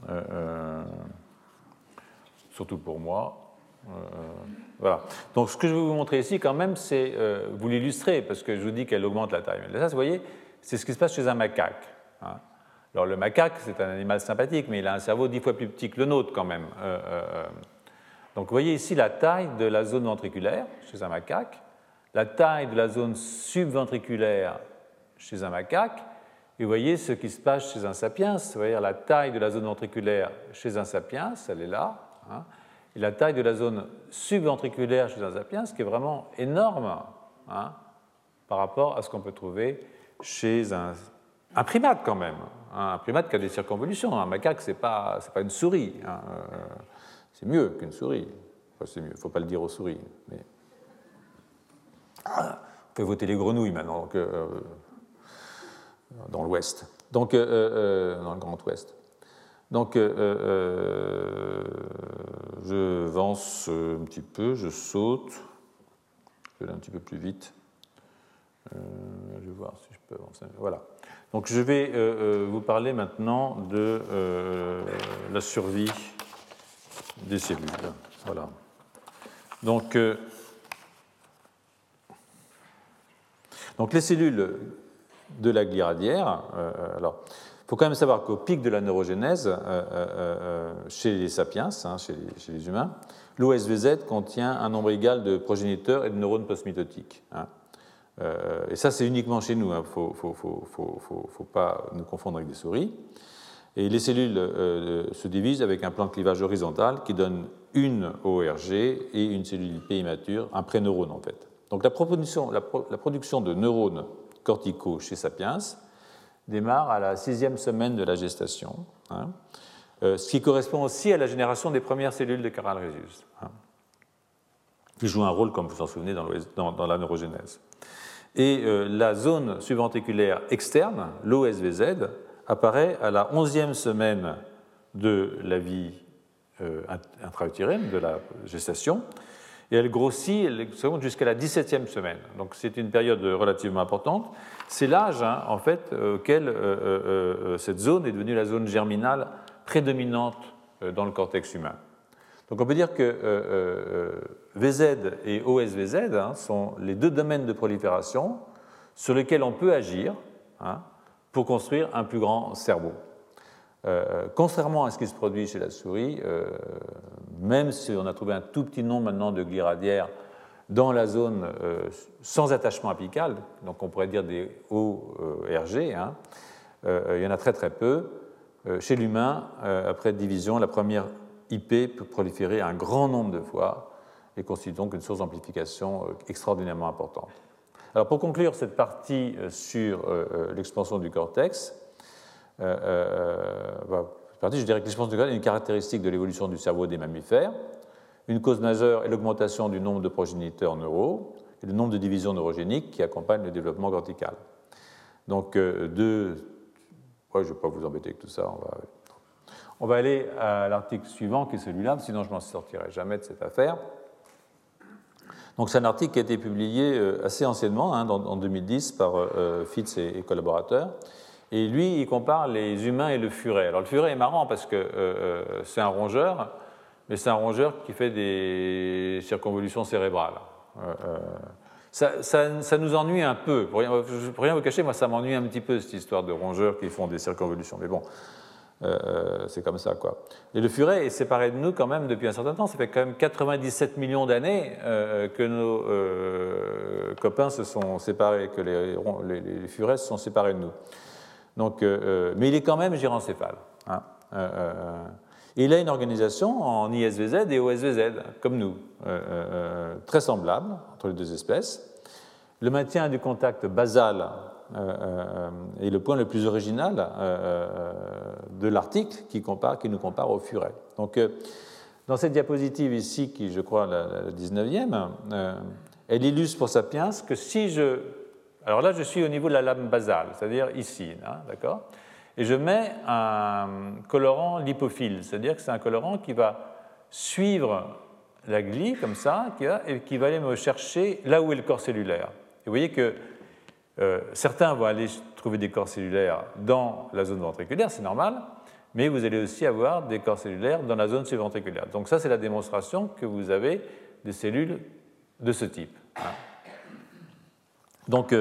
surtout pour moi. Voilà. Donc, ce que je vais vous montrer ici, quand même, c'est vous l'illustrer, parce que je vous dis qu'elle augmente la taille. Mais là, vous voyez, c'est ce qui se passe chez un macaque. Hein. Alors, le macaque, c'est un animal sympathique, mais il a un cerveau 10 fois plus petit que le nôtre, quand même. Donc, vous voyez ici la taille de la zone ventriculaire chez un macaque, la taille de la zone subventriculaire chez un macaque, et vous voyez ce qui se passe chez un sapiens. Vous voyez la taille de la zone ventriculaire chez un sapiens, elle est là, hein, et la taille de la zone subventriculaire chez un sapiens, qui est vraiment énorme, hein, par rapport à ce qu'on peut trouver chez un primate quand même, hein, un primate qui a des circonvolutions. Un macaque, c'est pas une souris, hein, c'est mieux qu'une souris. Enfin, c'est mieux, il ne faut pas le dire aux souris. Mais... on peut voter les grenouilles maintenant, donc, dans l'Ouest, donc dans le Grand Ouest. Donc, je avance un petit peu, je saute, je vais aller un petit peu plus vite. Je vais voir si je peux avancer. Voilà. Donc, je vais vous parler maintenant de la survie des cellules. Voilà. Donc les cellules de la glie radiaire, alors, il faut quand même savoir qu'au pic de la neurogénèse, chez les sapiens, hein, chez les humains, l'OSVZ contient un nombre égal de progéniteurs et de neurones postmitotiques. Hein. Et ça, c'est uniquement chez nous, il ne faut pas nous confondre avec des souris. Et les cellules se divisent avec un plan de clivage horizontal qui donne une ORG et une cellule IP immature, un préneurone en fait. Donc la production de neurones corticaux chez Sapiens démarre à la 6e semaine de la gestation, hein, ce qui correspond aussi à la génération des premières cellules de Carl-Rhesus, hein, qui jouent un rôle, comme vous vous en souvenez, dans la neurogénèse. Et la zone subventriculaire externe, l'OSVZ, apparaît à la 11e semaine de la vie intra-utérine, de la gestation, et elle grossit jusqu'à la 17e semaine. Donc c'est une période relativement importante. C'est l'âge, hein, en fait, auquel cette zone est devenue la zone germinale prédominante dans le cortex humain. Donc on peut dire que VZ et OSVZ, hein, sont les deux domaines de prolifération sur lesquels on peut agir, hein, pour construire un plus grand cerveau. Contrairement à ce qui se produit chez la souris, même si on a trouvé un tout petit nombre maintenant de glies radiaires dans la zone sans attachement apical, donc on pourrait dire des ORG, hein, il y en a très très peu. Chez l'humain, après division, la première IP peut proliférer un grand nombre de fois et constitue donc une source d'amplification extraordinairement importante. Alors pour conclure cette partie sur l'expansion du cortex, je dirais que l'expansion temporelle est une caractéristique de l'évolution du cerveau des mammifères. Une cause majeure est l'augmentation du nombre de progéniteurs neuraux et le nombre de divisions neurogéniques qui accompagnent le développement cortical. Donc, je ne vais pas vous embêter avec tout ça. On va aller à l'article suivant, qui est celui-là, sinon je ne m'en sortirai jamais de cette affaire. Donc, c'est un article qui a été publié assez anciennement, en 2010, par Fitz et collaborateurs. Et lui, il compare les humains et le furet. Alors, le furet est marrant parce que c'est un rongeur, mais c'est un rongeur qui fait des circonvolutions cérébrales. Ça nous ennuie un peu. Pour rien vous cacher, moi, ça m'ennuie un petit peu, cette histoire de rongeurs qui font des circonvolutions. Mais bon, c'est comme ça, quoi. Et le furet est séparé de nous quand même depuis un certain temps. Ça fait quand même 97 millions d'années que nos copains se sont séparés, que les furets se sont séparés de nous. Donc, mais il est quand même gyrencéphale. Et il a une organisation en ISVZ et OSVZ, comme nous, très semblable entre les deux espèces. Le maintien du contact basal est le point le plus original de l'article qui nous compare au furet. Donc, dans cette diapositive ici, qui je crois la 19e, elle illustre pour Sapiens que si je... Alors là, je suis au niveau de la lame basale, c'est-à-dire ici, d'accord ? Et je mets un colorant lipophile, c'est-à-dire que c'est un colorant qui va suivre la glie, comme ça, et qui va aller me chercher là où est le corps cellulaire. Et vous voyez que certains vont aller trouver des corps cellulaires dans la zone ventriculaire, c'est normal, mais vous allez aussi avoir des corps cellulaires dans la zone subventriculaire. Donc ça, c'est la démonstration que vous avez des cellules de ce type. Donc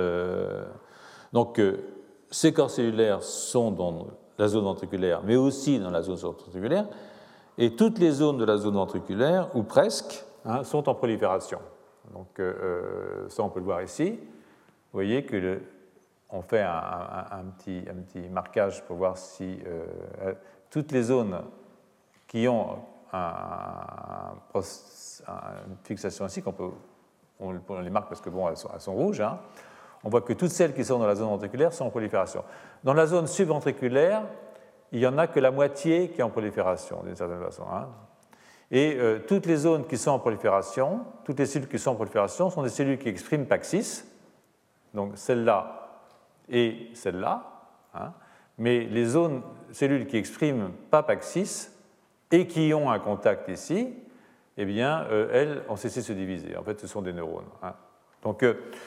ces corps cellulaires sont dans la zone ventriculaire, mais aussi dans la zone subventriculaire, et toutes les zones de la zone ventriculaire, ou presque, sont en prolifération. Donc ça, on peut le voir ici. Vous voyez on fait un petit marquage pour voir si toutes les zones qui ont une fixation ici, on les marque parce que bon, elles sont rouges, on voit que toutes celles qui sont dans la zone ventriculaire sont en prolifération. Dans la zone subventriculaire, il n'y en a que la moitié qui est en prolifération, d'une certaine façon. Et toutes les zones qui sont en prolifération, toutes les cellules qui sont en prolifération sont des cellules qui expriment PAX6, donc celle-là et celle-là, mais les cellules qui expriment pas PAX6 et qui ont un contact ici, eh bien, elles ont cessé de se diviser. En fait, ce sont des neurones. Donc,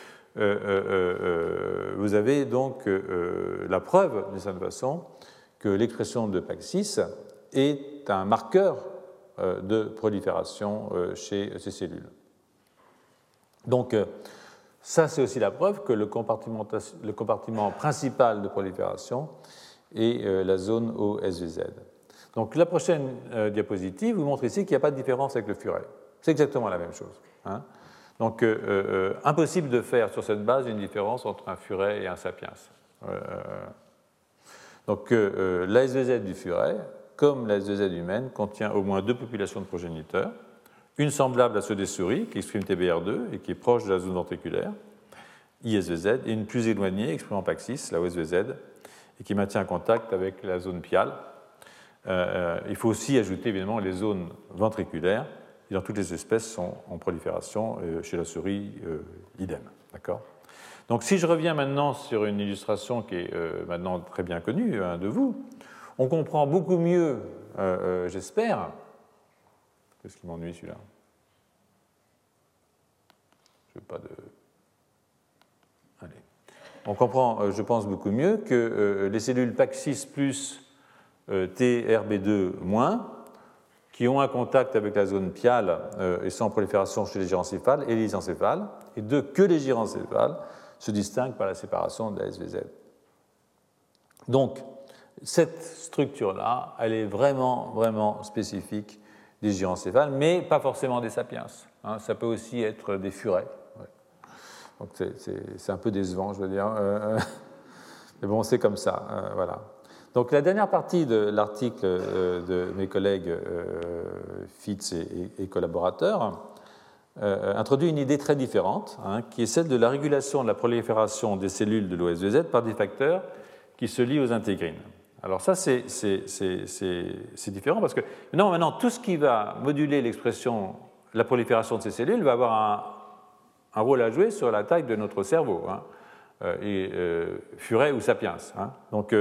vous avez donc la preuve, d'une certaine façon, que l'expression de PAX6 est un marqueur de prolifération chez ces cellules. Donc, ça, c'est aussi la preuve que le compartiment principal de prolifération est la zone OSVZ. Donc, la prochaine diapositive vous montre ici qu'il n'y a pas de différence avec le furet. C'est exactement la même chose. Donc, impossible de faire sur cette base une différence entre un furet et un sapiens. Donc, l'ASVZ du furet, comme l'ASVZ humaine, contient au moins deux populations de progéniteurs, une semblable à ceux des souris, qui exprime TBR2 et qui est proche de la zone ventriculaire, ISVZ, et une plus éloignée, exprimant PAX6, la OSVZ, et qui maintient un contact avec la zone piale. Il faut aussi ajouter évidemment les zones ventriculaires, et dans toutes les espèces sont en prolifération, chez la souris, idem. D'accord ? Donc si je reviens maintenant sur une illustration qui est maintenant très bien connue de vous, on comprend beaucoup mieux, j'espère. Qu'est-ce qui m'ennuie celui-là ? Je veux pas de... Allez. On comprend, je pense, beaucoup mieux que les cellules PAX6 plus TRB2-, qui ont un contact avec la zone piale et sont en prolifération chez les gyrencéphales et les lysencéphales, et que les gyrencéphales se distinguent par la séparation de la SVZ. Donc, cette structure-là, elle est vraiment, vraiment spécifique des gyrencéphales, mais pas forcément des sapiens. Ça peut aussi être des furets. Ouais. Donc, c'est un peu décevant, je veux dire. Mais bon, c'est comme ça. Voilà. Donc, la dernière partie de l'article de mes collègues Fitz et collaborateurs introduit une idée très différente, qui est celle de la régulation de la prolifération des cellules de l'OSVZ par des facteurs qui se lient aux intégrines. Alors ça, c'est différent parce que maintenant, tout ce qui va moduler l'expression, la prolifération de ces cellules va avoir un rôle à jouer sur la taille de notre cerveau, hein, Furet ou Sapiens. Hein. Donc,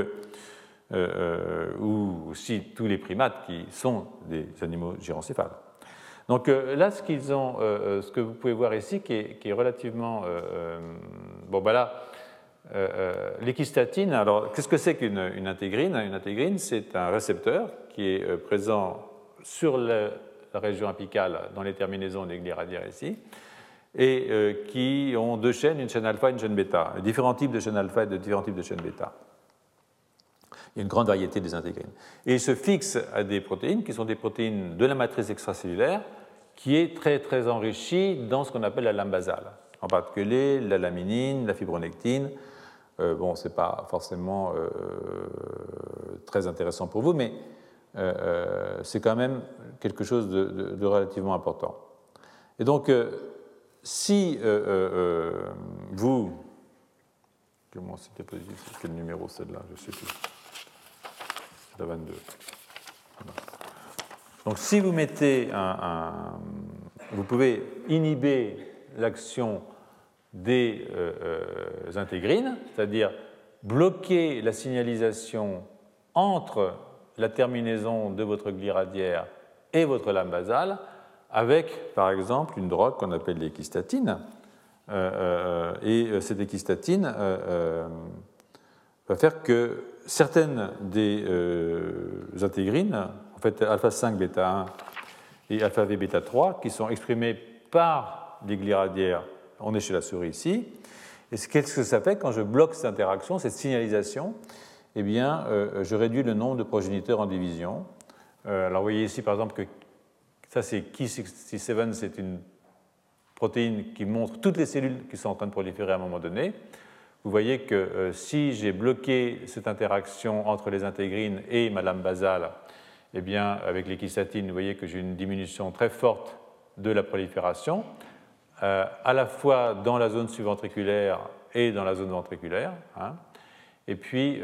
ou aussi tous les primates qui sont des animaux gyroncéphales. Donc là, ce que vous pouvez voir ici, qui est relativement... bon, ben là, l'équistatine, alors qu'est-ce que c'est qu'une intégrine? Une intégrine, c'est un récepteur qui est présent sur la région apicale dans les terminaisons des glis radiaires ici, et qui ont deux chaînes, une chaîne alpha et une chaîne bêta, différents types de chaînes alpha et de différents types de chaînes bêta. Il y a une grande variété des intégrines. Et ils se fixent à des protéines qui sont des protéines de la matrice extracellulaire qui est très, très enrichie dans ce qu'on appelle la lame basale, en particulier la laminine, la fibronectine. Bon, ce n'est pas forcément très intéressant pour vous, mais c'est quand même quelque chose de relativement important. Et donc, si vous... Comment c'était positif? C'est quel numéro celle-là? Je ne sais plus. C'est la 22. Voilà. Donc, si vous mettez vous pouvez inhiber l'action des intégrines, c'est-à-dire bloquer la signalisation entre la terminaison de votre glis radiaire et votre lame basale avec, par exemple, une drogue qu'on appelle l'équistatine. Et cette équistatine va faire que certaines des intégrines, en fait alpha-5 bêta-1 et alpha-v bêta-3, qui sont exprimées par les glis radiaires, on est chez la souris ici. Et qu'est-ce que ça fait quand je bloque cette interaction, cette signalisation? Eh bien, je réduis le nombre de progéniteurs en division. Alors, vous voyez ici, par exemple, que ça, c'est Ki67, c'est une protéine qui montre toutes les cellules qui sont en train de proliférer à un moment donné. Vous voyez que si j'ai bloqué cette interaction entre les intégrines et ma lame basale, eh bien, avec l'équistatine, vous voyez que j'ai une diminution très forte de la prolifération, à la fois dans la zone subventriculaire et dans la zone ventriculaire. Hein. Et puis,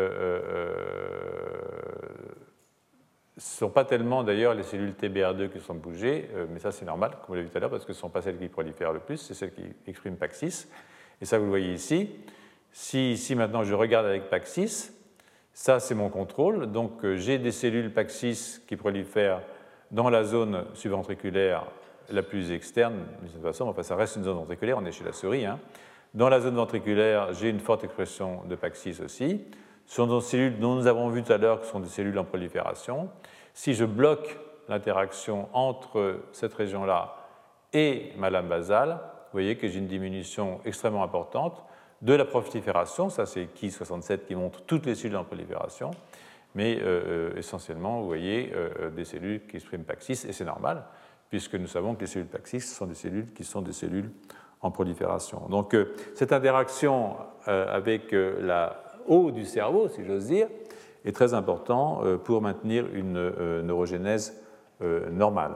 ce ne sont pas tellement d'ailleurs les cellules TBR2 qui sont bougées, mais ça c'est normal, comme vous l'avez vu tout à l'heure, parce que ce ne sont pas celles qui prolifèrent le plus, c'est celles qui expriment PAX6. Et ça, vous le voyez ici. Si ici maintenant je regarde avec PAX6, ça c'est mon contrôle. Donc j'ai des cellules PAX6 qui prolifèrent dans la zone subventriculaire la plus externe, de cette façon, enfin ça reste une zone ventriculaire, on est chez la souris. Hein. Dans la zone ventriculaire, j'ai une forte expression de PAX6 aussi. Ce sont des cellules dont nous avons vu tout à l'heure que sont des cellules en prolifération. Si je bloque l'interaction entre cette région-là et ma lame basale, vous voyez que j'ai une diminution extrêmement importante de la prolifération. Ça, c'est Ki67 qui montre toutes les cellules en prolifération. Mais essentiellement, vous voyez des cellules qui expriment PAX6, et c'est normal, puisque nous savons que les cellules PAX6 sont des cellules qui sont des cellules en prolifération. Donc, cette interaction avec la haut du cerveau, si j'ose dire, est très important pour maintenir une neurogénèse normale.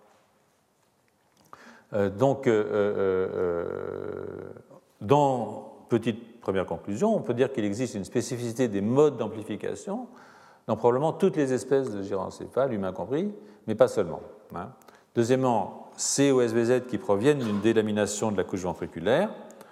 Donc, dans petite première conclusion, on peut dire qu'il existe une spécificité des modes d'amplification dans probablement toutes les espèces de gyroencéphales, humains compris, mais pas seulement. Hein. Deuxièmement, C ou SVZ qui proviennent d'une délamination de la couche ventriculaire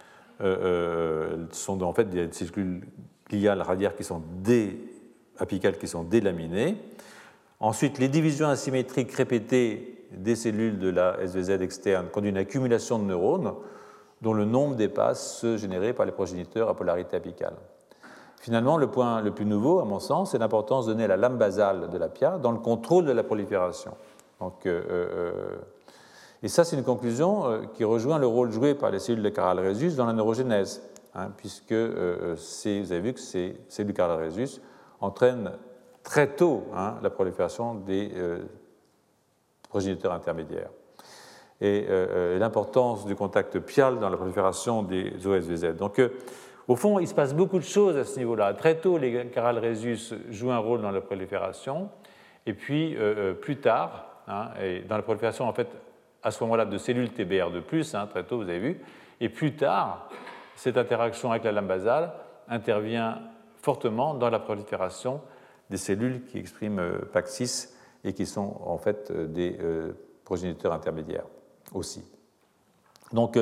sont en fait des cellules gliales radiaires qui sont apicales qui sont délaminées. Ensuite, les divisions asymétriques répétées des cellules de la SVZ externe conduisent à une accumulation de neurones dont le nombre dépasse ceux générés par les progéniteurs à polarité apicale. Finalement, le point le plus nouveau, à mon sens, c'est l'importance donnée à la lame basale de l'apia dans le contrôle de la prolifération. Donc, et ça, c'est une conclusion qui rejoint le rôle joué par les cellules de Caral-Rhesus dans la neurogénèse, hein, puisque vous avez vu que ces cellules de Caral-Rhesus entraînent très tôt la prolifération des progéniteurs intermédiaires. Et l'importance du contact pial dans la prolifération des OSVZ. Donc, au fond, il se passe beaucoup de choses à ce niveau-là. Très tôt, les Caral-Rhesus jouent un rôle dans la prolifération, et puis plus tard, et dans la prolifération, en fait, à ce moment-là, de cellules TBR2+, très tôt, vous avez vu, et plus tard, cette interaction avec la lame basale intervient fortement dans la prolifération des cellules qui expriment PAX6 et qui sont en fait des progéniteurs intermédiaires aussi. Donc,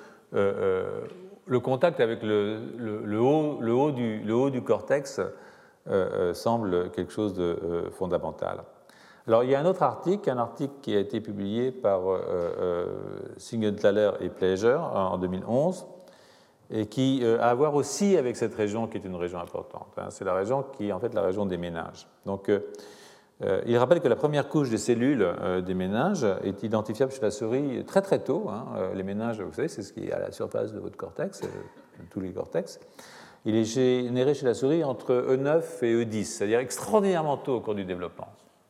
le contact avec le haut du cortex semble quelque chose de fondamental. Alors, il y a un autre article, qui a été publié par Siegenthaler et Pleasure en 2011, et qui a à voir aussi avec cette région qui est une région importante. C'est la région qui est en fait la région des méninges. Donc, il rappelle que la première couche des cellules des méninges est identifiable chez la souris très très tôt. Les méninges, vous savez, c'est ce qui est à la surface de votre cortex, tous les cortex. Il est généré chez la souris entre E9 et E10, c'est-à-dire extraordinairement tôt au cours du développement.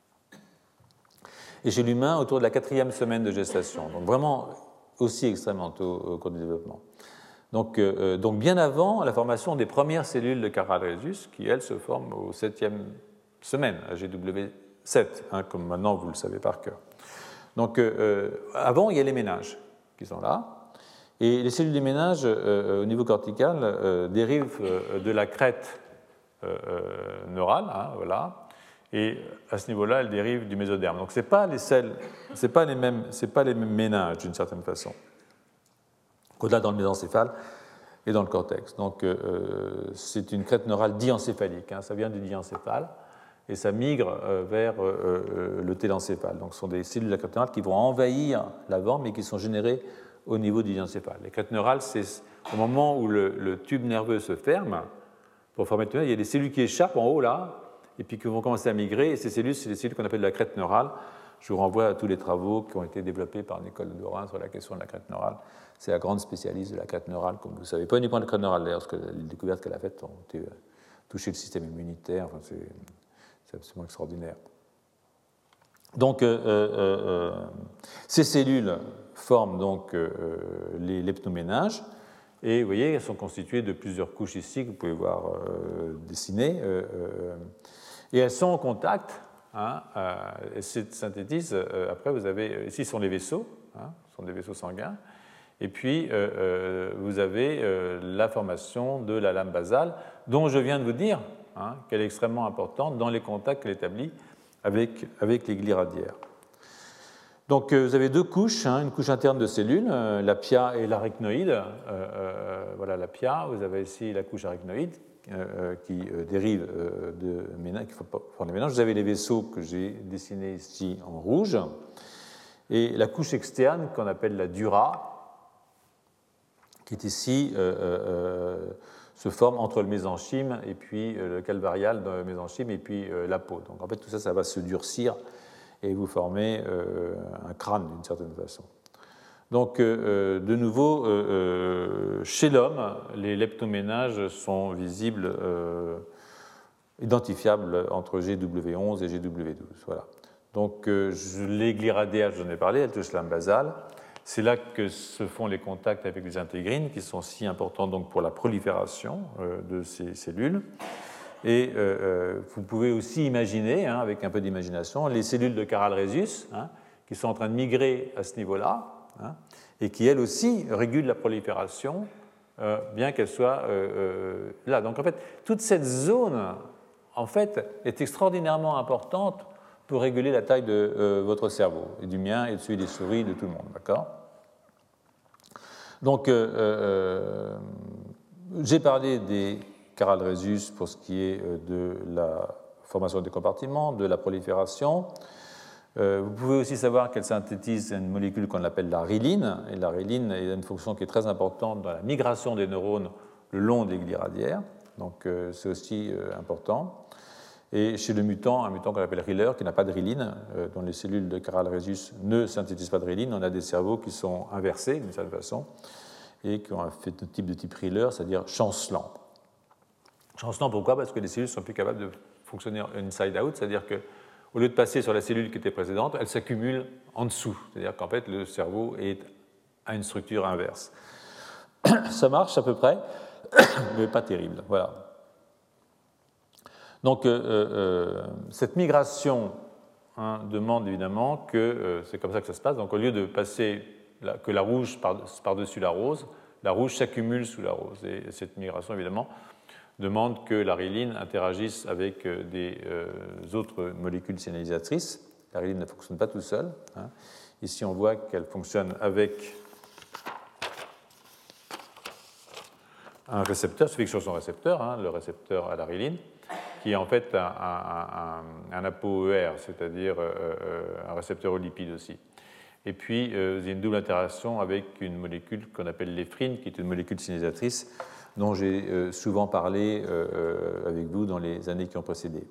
Et chez l'humain, autour de la 4e semaine de gestation, donc vraiment aussi extrêmement tôt au cours du développement. Donc bien avant la formation des premières cellules de Caral-Rhesus, qui, elles, se forment aux 7e semaine, à GW7, comme maintenant vous le savez par cœur. Donc avant, il y a les méninges qui sont là, et les cellules des méninges au niveau cortical dérivent de la crête neurale, voilà, et à ce niveau-là, elles dérivent du mésoderme. Donc ce n'est pas les mêmes méninges d'une certaine façon, qu'au-delà dans le mésencéphale et dans le cortex. Donc c'est une crête neurale diencéphalique, ça vient du diencéphale, et ça migre vers le télencéphale. Donc ce sont des cellules de la crête neurale qui vont envahir l'avant, mais qui sont générées au niveau du diencéphale. Les crêtes neurales, c'est au moment où le tube nerveux se ferme, pour former le tunnel, il y a des cellules qui échappent en haut là, et puis qui vont commencer à migrer, et ces cellules, c'est des cellules qu'on appelle de la crête neurale. Je vous renvoie à tous les travaux qui ont été développés par Nicole de Dorin sur la question de la crête neurale. C'est la grande spécialiste de la crête neurale, comme vous le savez. Pas uniquement de la crête neurale, d'ailleurs, parce que les découvertes qu'elle a faites ont touché le système immunitaire. Enfin, c'est absolument extraordinaire. Donc, ces cellules forment donc les leptoméninges, et vous voyez, elles sont constituées de plusieurs couches ici, que vous pouvez voir dessinées, et elles sont en contact, et se synthétisent. Après, vous avez, ici sont les vaisseaux, ce sont des vaisseaux sanguins, et puis vous avez la formation de la lame basale, dont je viens de vous dire qu'elle est extrêmement importante dans les contacts qu'elle établit avec les glis radiaires. Donc vous avez deux couches, une couche interne de cellules, la pia et l'arachnoïde. Voilà la pia, vous avez ici la couche arachnoïde qui dérive de méninges, qui forment les méninges. Vous avez les vaisseaux que j'ai dessinés ici en rouge, et la couche externe qu'on appelle la dura, qui est ici, se forme entre le mésenchyme et puis le calvarial dans le mésenchyme et puis la peau. Donc en fait tout ça, ça va se durcir et vous formez un crâne d'une certaine façon. Donc de nouveau, chez l'homme, les leptoméninges sont visibles, identifiables entre GW11 et GW12. Voilà. Donc les glis radiaires, j'en ai parlé, elles touchent l'âme basale. C'est là que se font les contacts avec les intégrines, qui sont si importants donc pour la prolifération de ces cellules. Et vous pouvez aussi imaginer, avec un peu d'imagination, les cellules de Caral-Rhesus, qui sont en train de migrer à ce niveau-là, et qui, elles aussi, régulent la prolifération, bien qu'elles soient là. Donc, en fait, toute cette zone, en fait, est extraordinairement importante pour réguler la taille de votre cerveau, et du mien, et de celui des souris, de tout le monde. D'accord ? Donc, j'ai parlé des Caral-Rhesus pour ce qui est de la formation des compartiments, de la prolifération. Vous pouvez aussi savoir qu'elle synthétise une molécule qu'on appelle la rhyline, et la rhyline a une fonction qui est très importante dans la migration des neurones le long des glis radiaires, donc c'est aussi important. Et chez le mutant, un mutant qu'on appelle Riller, qui n'a pas de rhyline, dont les cellules de Caral-Rhesus ne synthétisent pas de rhyline, on a des cerveaux qui sont inversés d'une certaine façon et qui ont un phénotype de type Riller, c'est-à-dire chancelant. Chancelant, pourquoi ? Parce que les cellules sont plus capables de fonctionner inside-out, c'est-à-dire qu'au lieu de passer sur la cellule qui était précédente, elle s'accumule en dessous, c'est-à-dire qu'en fait le cerveau a une structure inverse. Ça marche à peu près, mais pas terrible. Voilà. Donc, cette migration demande évidemment que c'est comme ça que ça se passe. Donc, au lieu de passer que la rouge par-dessus la rouge s'accumule sous la rose. Et cette migration, évidemment, demande que l'ariline interagisse avec des autres molécules signalisatrices. L'ariline ne fonctionne pas tout seul. Hein. Ici, on voit qu'elle fonctionne avec un récepteur, se fixe sur son récepteur, hein, le récepteur à l'ariline, qui est en fait un ApoER, c'est-à-dire un récepteur aux lipides aussi. Et puis, il y a une double interaction avec une molécule qu'on appelle l'éphrine, qui est une molécule signalisatrice dont j'ai souvent parlé avec vous dans les années qui ont précédé.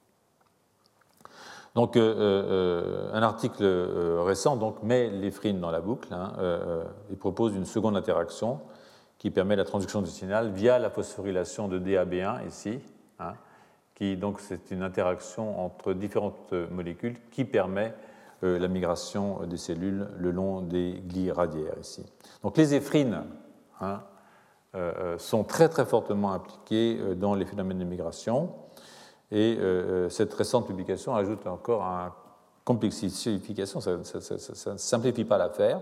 Donc, un article récent donc, met l'éphrine dans la boucle hein, et propose une seconde interaction qui permet la transduction du signal via la phosphorylation de DAB1 ici, hein, qui donc c'est une interaction entre différentes molécules qui permet la migration des cellules le long des glis radiaires ici. Donc les éphrines hein, sont très très fortement impliquées dans les phénomènes de migration et cette récente publication ajoute encore une complexification, ça ne simplifie pas l'affaire,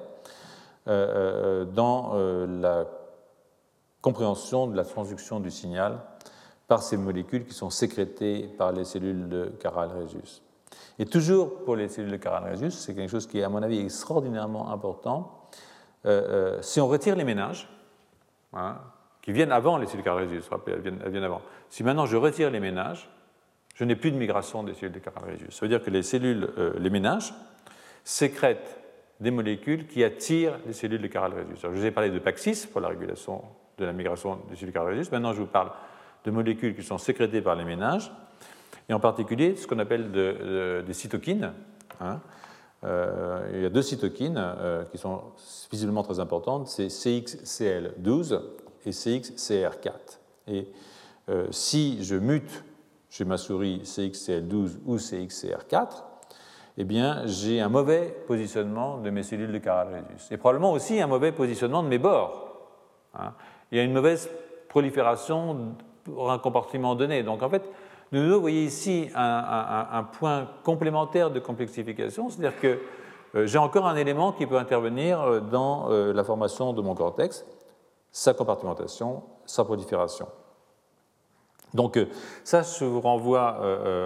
dans la compréhension de la transduction du signal par ces molécules qui sont sécrétées par les cellules de Caral-Rhesus. Et toujours pour les cellules de Caral-Rhesus, c'est quelque chose qui est à mon avis extraordinairement important. Si on retire les ménages, hein, qui viennent avant les cellules de Caral-Rhesus, elles viennent avant. Si maintenant je retire les ménages, je n'ai plus de migration des cellules de Caral-Rhesus. Ça veut dire que les cellules, les ménages, sécrètent des molécules qui attirent les cellules de Caral-Rhesus. Je vous ai parlé de Paxis pour la régulation de la migration des cellules de Caral-Rhesus. Maintenant, je vous parle de molécules qui sont sécrétées par les ménages, et en particulier ce qu'on appelle des cytokines. Hein. Il y a deux cytokines qui sont visiblement très importantes, c'est CXCL12 et CXCR4. Et si je mute chez ma souris CXCL12 ou CXCR4, eh bien, j'ai un mauvais positionnement de mes cellules de Caral-Rhesus, et probablement aussi un mauvais positionnement de mes bords. Hein. Il y a une mauvaise prolifération pour un compartiment donné. Donc, en fait, vous voyez ici un point complémentaire de complexification, c'est-à-dire que j'ai encore un élément qui peut intervenir dans la formation de mon cortex, sa compartimentation, sa prolifération. Donc, ça, je vous renvoie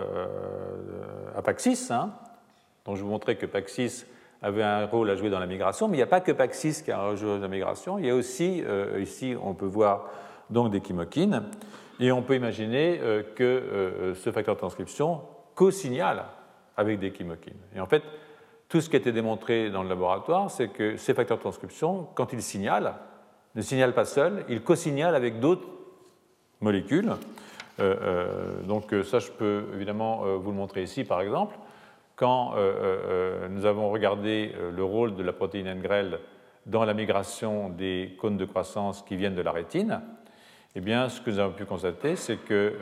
à Paxis, hein, dont je vous montrais que Paxis avait un rôle à jouer dans la migration, mais il n'y a pas que Paxis qui a un rôle à jouer dans la migration, il y a aussi, ici, on peut voir donc des chymokines, et on peut imaginer que ce facteur de transcription co-signale avec des chymokines. Et en fait, tout ce qui a été démontré dans le laboratoire, c'est que ces facteurs de transcription, quand ils signalent, ne signalent pas seuls, ils co-signalent avec d'autres molécules. Donc ça, je peux évidemment vous le montrer ici, par exemple. Quand nous avons regardé le rôle de la protéine NGREL dans la migration des cônes de croissance qui viennent de la rétine, eh bien, ce que nous avons pu constater, c'est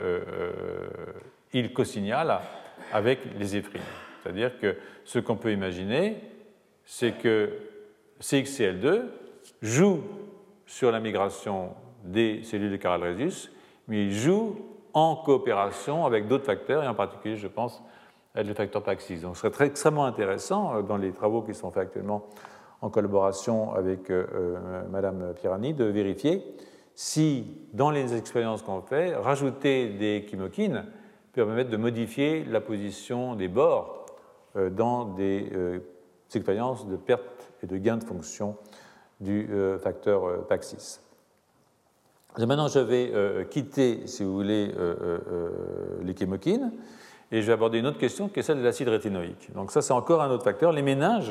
qu'il co-signale avec les éphrines. C'est-à-dire que ce qu'on peut imaginer, c'est que CXCL2 joue sur la migration des cellules de Caral-Rhesus, mais il joue en coopération avec d'autres facteurs, et en particulier, je pense, avec le facteur Paxis. Donc, ce serait extrêmement intéressant, dans les travaux qui sont faits actuellement en collaboration avec Madame Pirani, de vérifier si, dans les expériences qu'on fait, rajouter des chymokines peut permettre de modifier la position des bords dans des expériences de perte et de gain de fonction du facteur Paxis. Maintenant, je vais quitter, si vous voulez, les chymokines, et je vais aborder une autre question qui est celle de l'acide rétinoïque. Donc ça, c'est encore un autre facteur. Les ménages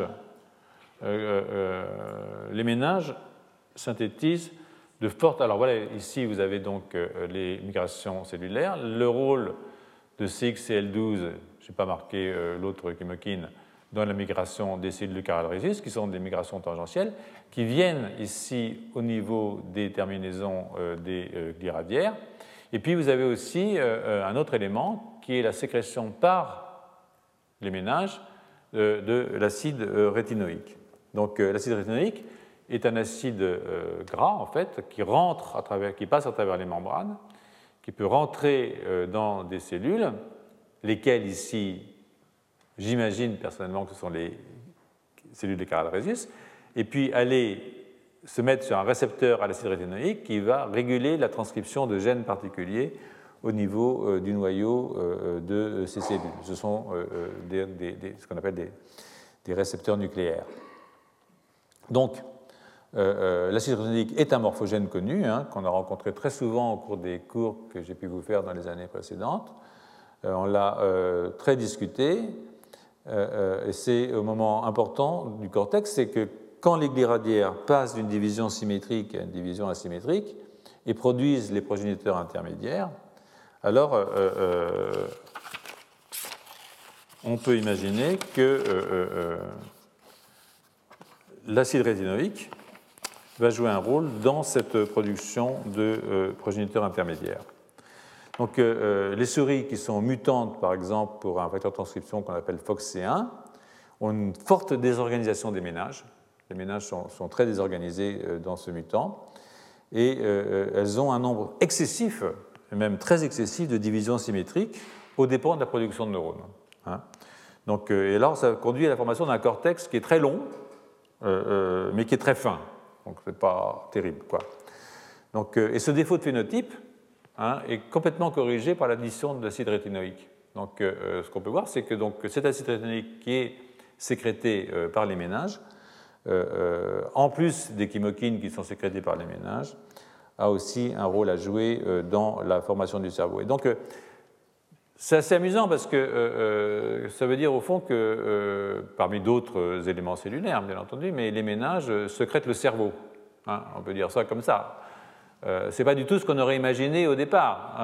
synthétisent de fortes... Alors voilà, ici, vous avez donc les migrations cellulaires. Le rôle de CXCL12, je n'ai pas marqué l'autre chymokine, dans la migration des cellules de Caral-Rhesus, qui sont des migrations tangentielles, qui viennent ici au niveau des terminaisons des glis radiaires. Et puis vous avez aussi un autre élément qui est la sécrétion par les ménages de l'acide rétinoïque. Donc l'acide rétinoïque est un acide gras en fait qui passe à travers les membranes, qui peut rentrer dans des cellules, lesquelles ici, j'imagine personnellement que ce sont les cellules de Caral-Rhesus, et puis aller se mettre sur un récepteur à l'acide rétinoïque qui va réguler la transcription de gènes particuliers au niveau du noyau de ces cellules. Ce sont ce qu'on appelle des récepteurs nucléaires. Donc, l'acide rétinoïque est un morphogène connu, qu'on a rencontré très souvent au cours des cours que j'ai pu vous faire dans les années précédentes. On l'a très discuté, et c'est un moment important du cortex, c'est que quand les glies radiaires passent d'une division symétrique à une division asymétrique et produisent les progéniteurs intermédiaires, alors on peut imaginer que l'acide rétinoïque va jouer un rôle dans cette production de progéniteurs intermédiaires. Donc, les souris qui sont mutantes, par exemple, pour un facteur de transcription qu'on appelle FOXC1, ont une forte désorganisation des ménages. Les ménages sont très désorganisés dans ce mutant, et elles ont un nombre excessif, et même très excessif, de divisions symétriques aux dépens de la production de neurones. Donc, et alors, ça conduit à la formation d'un cortex qui est très long, mais qui est très fin. Donc, ce n'est pas terrible, quoi. Donc, et ce défaut de phénotype est complètement corrigé par l'addition de l'acide rétinoïque. Donc, ce qu'on peut voir, c'est que donc, cet acide rétinoïque qui est sécrété par les ménages, en plus des chymokines qui sont sécrétées par les ménages, a aussi un rôle à jouer dans la formation du cerveau. Et donc, c'est assez amusant parce que ça veut dire au fond que, parmi d'autres éléments cellulaires, bien entendu, mais les ménages sécrètent le cerveau. On peut dire ça comme ça. Ce n'est pas du tout ce qu'on aurait imaginé au départ.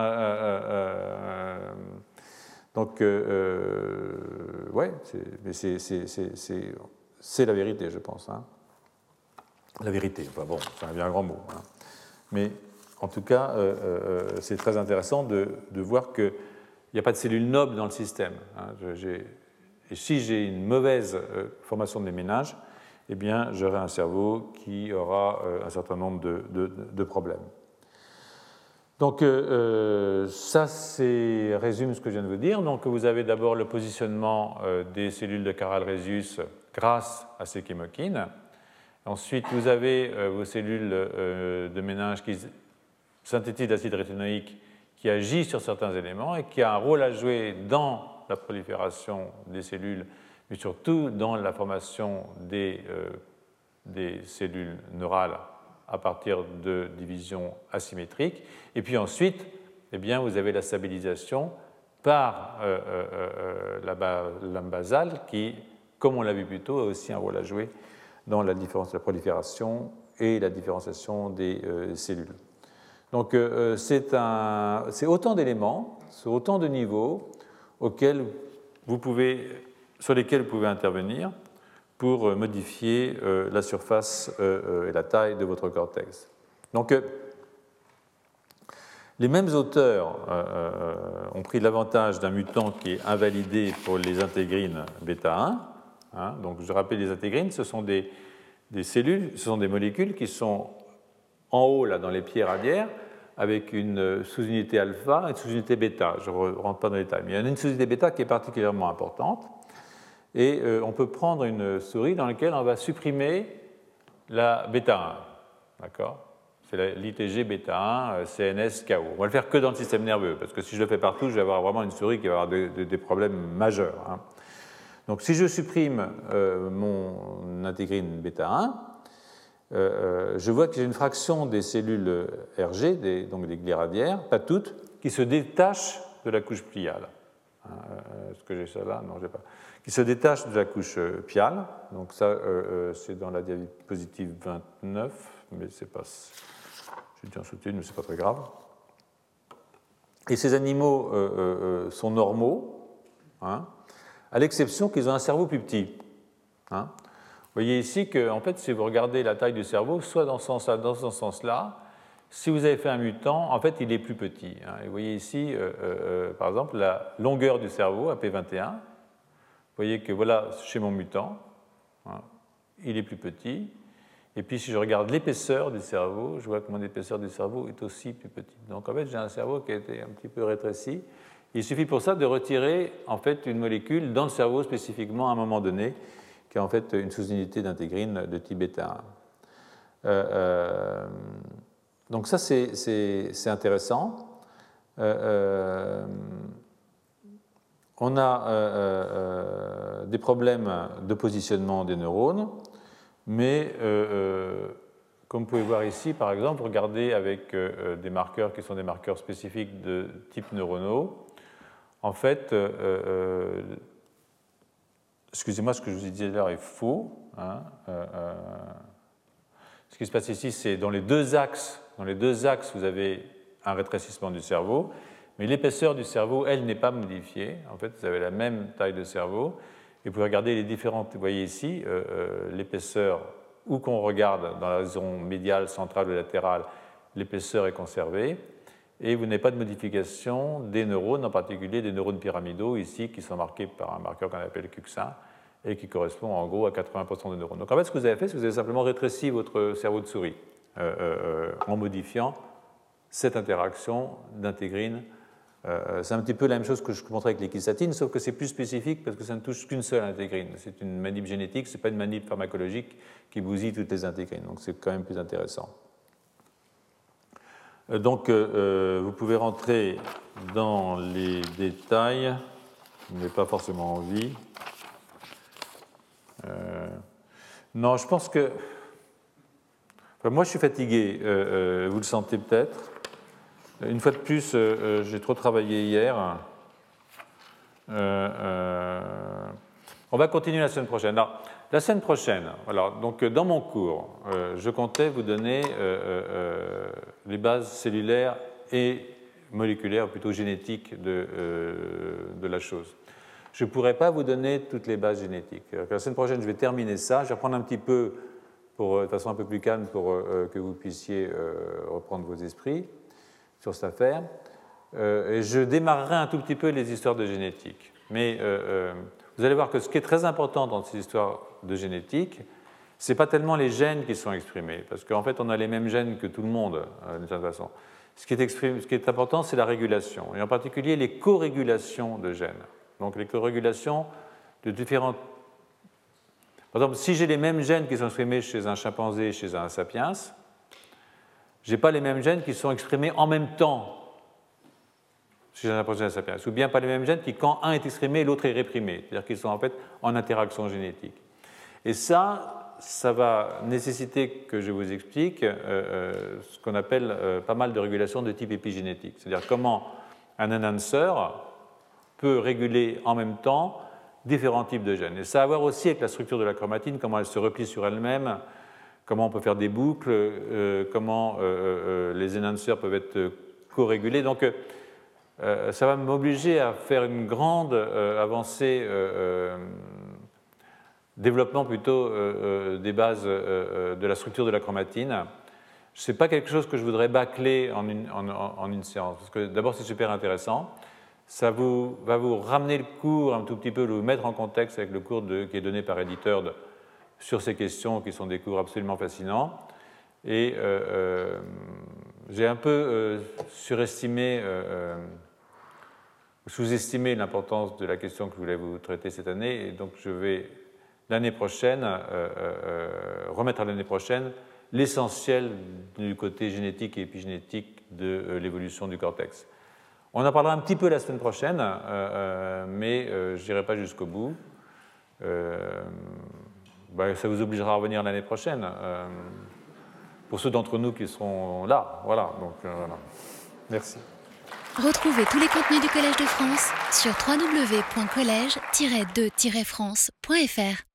Donc, ouais, c'est la vérité, je pense. La vérité, enfin bon, c'est un bien grand mot. Mais en tout cas, c'est très intéressant de voir qu'il n'y a pas de cellules nobles dans le système. Et si j'ai une mauvaise formation des ménages, eh bien, j'aurai un cerveau qui aura un certain nombre de problèmes. Donc, ça résume ce que je viens de vous dire. Donc, vous avez d'abord le positionnement des cellules de Caral-Rhésus grâce à ces chymokines. Ensuite, vous avez vos cellules de ménage qui synthétisent l'acide rétinoïque qui agit sur certains éléments et qui a un rôle à jouer dans la prolifération des cellules, mais surtout dans la formation des cellules neurales à partir de divisions asymétriques. Et puis ensuite, eh bien, vous avez la stabilisation par la lame basale qui, comme on l'a vu plus tôt, a aussi un rôle à jouer dans la prolifération et la différenciation des cellules. Donc, c'est autant d'éléments, c'est autant de niveaux sur lesquels vous pouvez intervenir pour modifier la surface et la taille de votre cortex. Donc, les mêmes auteurs ont pris l'avantage d'un mutant qui est invalidé pour les intégrines bêta 1. Donc, je rappelle, les intégrines, ce sont des cellules, ce sont des molécules qui sont en haut, là, dans les pieds radiaires, avec une sous-unité alpha et une sous-unité bêta. Je ne rentre pas dans les détails, mais il y en a une sous-unité bêta qui est particulièrement importante. Et on peut prendre une souris dans laquelle on va supprimer la bêta 1. D'accord ? C'est l'ITG bêta 1, CNS, KO. On va le faire que dans le système nerveux, parce que si je le fais partout, je vais avoir vraiment une souris qui va avoir des problèmes majeurs. Donc si je supprime mon intégrine bêta 1, je vois que j'ai une fraction des cellules RG, donc des glies radiaires, pas toutes, qui se détachent de la couche pliale. Est-ce que j'ai ça là ? Non, je n'ai pas. Qui se détachent de la couche piale. Donc ça, c'est dans la diapositive 29, mais c'est pas. J'ai dû en sauter une, mais c'est pas très grave. Et ces animaux sont normaux, à l'exception qu'ils ont un cerveau plus petit. Vous voyez ici que, en fait, si vous regardez la taille du cerveau, soit dans ce sens-là, dans ce sens-là, si vous avez fait un mutant, en fait, il est plus petit. Et vous voyez ici, par exemple, la longueur du cerveau, AP21. Vous voyez que voilà, chez mon mutant, il est plus petit. Et puis, si je regarde l'épaisseur du cerveau, je vois que mon épaisseur du cerveau est aussi plus petite. Donc, en fait, j'ai un cerveau qui a été un petit peu rétréci. Il suffit pour ça de retirer, en fait, une molécule dans le cerveau spécifiquement à un moment donné, qui est en fait une sous-unité d'intégrine de type bêta Donc ça, c'est intéressant. On a des problèmes de positionnement des neurones, mais comme vous pouvez voir ici, par exemple, regardez avec des marqueurs qui sont des marqueurs spécifiques de type neuronaux. En fait, excusez-moi, ce que je vous ai dit là est faux. Hein, ce qui se passe ici, c'est dans les deux axes, vous avez un rétrécissement du cerveau, mais l'épaisseur du cerveau, elle, n'est pas modifiée. En fait, vous avez la même taille de cerveau. Et vous pouvez regarder les différentes, vous voyez ici, l'épaisseur, où qu'on regarde dans la zone médiale, centrale ou latérale, l'épaisseur est conservée. Et vous n'avez pas de modification des neurones, en particulier des neurones pyramidaux, ici, qui sont marqués par un marqueur qu'on appelle CUX1, et qui correspond en gros à 80% des neurones. Donc en fait, ce que vous avez fait, c'est que vous avez simplement rétréci votre cerveau de souris en modifiant cette interaction d'intégrine. C'est un petit peu la même chose que je montrais avec les quistatines, sauf que c'est plus spécifique parce que ça ne touche qu'une seule intégrine. C'est une manip génétique, ce n'est pas une manip pharmacologique qui bousille toutes les intégrines. Donc c'est quand même plus intéressant. Donc vous pouvez rentrer dans les détails, je n'ai pas forcément envie. Non, je pense que... Enfin, moi, je suis fatigué, vous le sentez peut-être. Une fois de plus, j'ai trop travaillé hier. On va continuer la semaine prochaine. Alors, la semaine prochaine, alors, donc, dans mon cours, je comptais vous donner les bases cellulaires et moléculaires, plutôt génétiques de la chose. Je ne pourrais pas vous donner toutes les bases génétiques. La semaine prochaine, je vais terminer ça. Je vais reprendre un petit peu, de façon un peu plus calme, pour que vous puissiez reprendre vos esprits sur cette affaire. Et je démarrerai un tout petit peu les histoires de génétique. Mais vous allez voir que ce qui est très important dans ces histoires de génétique, ce n'est pas tellement les gènes qui sont exprimés, parce qu'en fait, on a les mêmes gènes que tout le monde, d'une certaine façon. Ce qui est important, c'est la régulation, et en particulier les co-régulations de gènes. Donc les co-régulations de différentes... Par exemple, si j'ai les mêmes gènes qui sont exprimés chez un chimpanzé et chez un sapiens, je n'ai pas les mêmes gènes qui sont exprimés en même temps chez un chimpanzé et un sapiens, ou bien pas les mêmes gènes qui, quand un est exprimé, l'autre est réprimé, c'est-à-dire qu'ils sont en fait en interaction génétique. Et ça va nécessiter que je vous explique ce qu'on appelle pas mal de régulations de type épigénétique, c'est-à-dire comment un enhancer peut réguler en même temps différents types de gènes. Et ça a à voir aussi avec la structure de la chromatine, comment elle se replie sur elle-même, comment on peut faire des boucles, comment les enhancers peuvent être co-régulés. Donc ça va m'obliger à faire une grande avancée, développement plutôt des bases de la structure de la chromatine. Ce n'est pas quelque chose que je voudrais bâcler en une séance, parce que d'abord c'est super intéressant. Ça va vous ramener le cours un tout petit peu, vous mettre en contexte avec le cours qui est donné par Editeur sur ces questions, qui sont des cours absolument fascinants. Et j'ai un peu surestimé, sous-estimé l'importance de la question que je voulais vous traiter cette année. Et donc je vais, l'année prochaine, remettre à l'année prochaine l'essentiel du côté génétique et épigénétique de l'évolution du cortex. On en parlera un petit peu la semaine prochaine, mais je n'irai pas jusqu'au bout. Ça vous obligera à revenir l'année prochaine, pour ceux d'entre nous qui seront là. Voilà, donc voilà. Merci. Retrouvez tous les contenus du Collège de France sur www.collège-2-france.fr.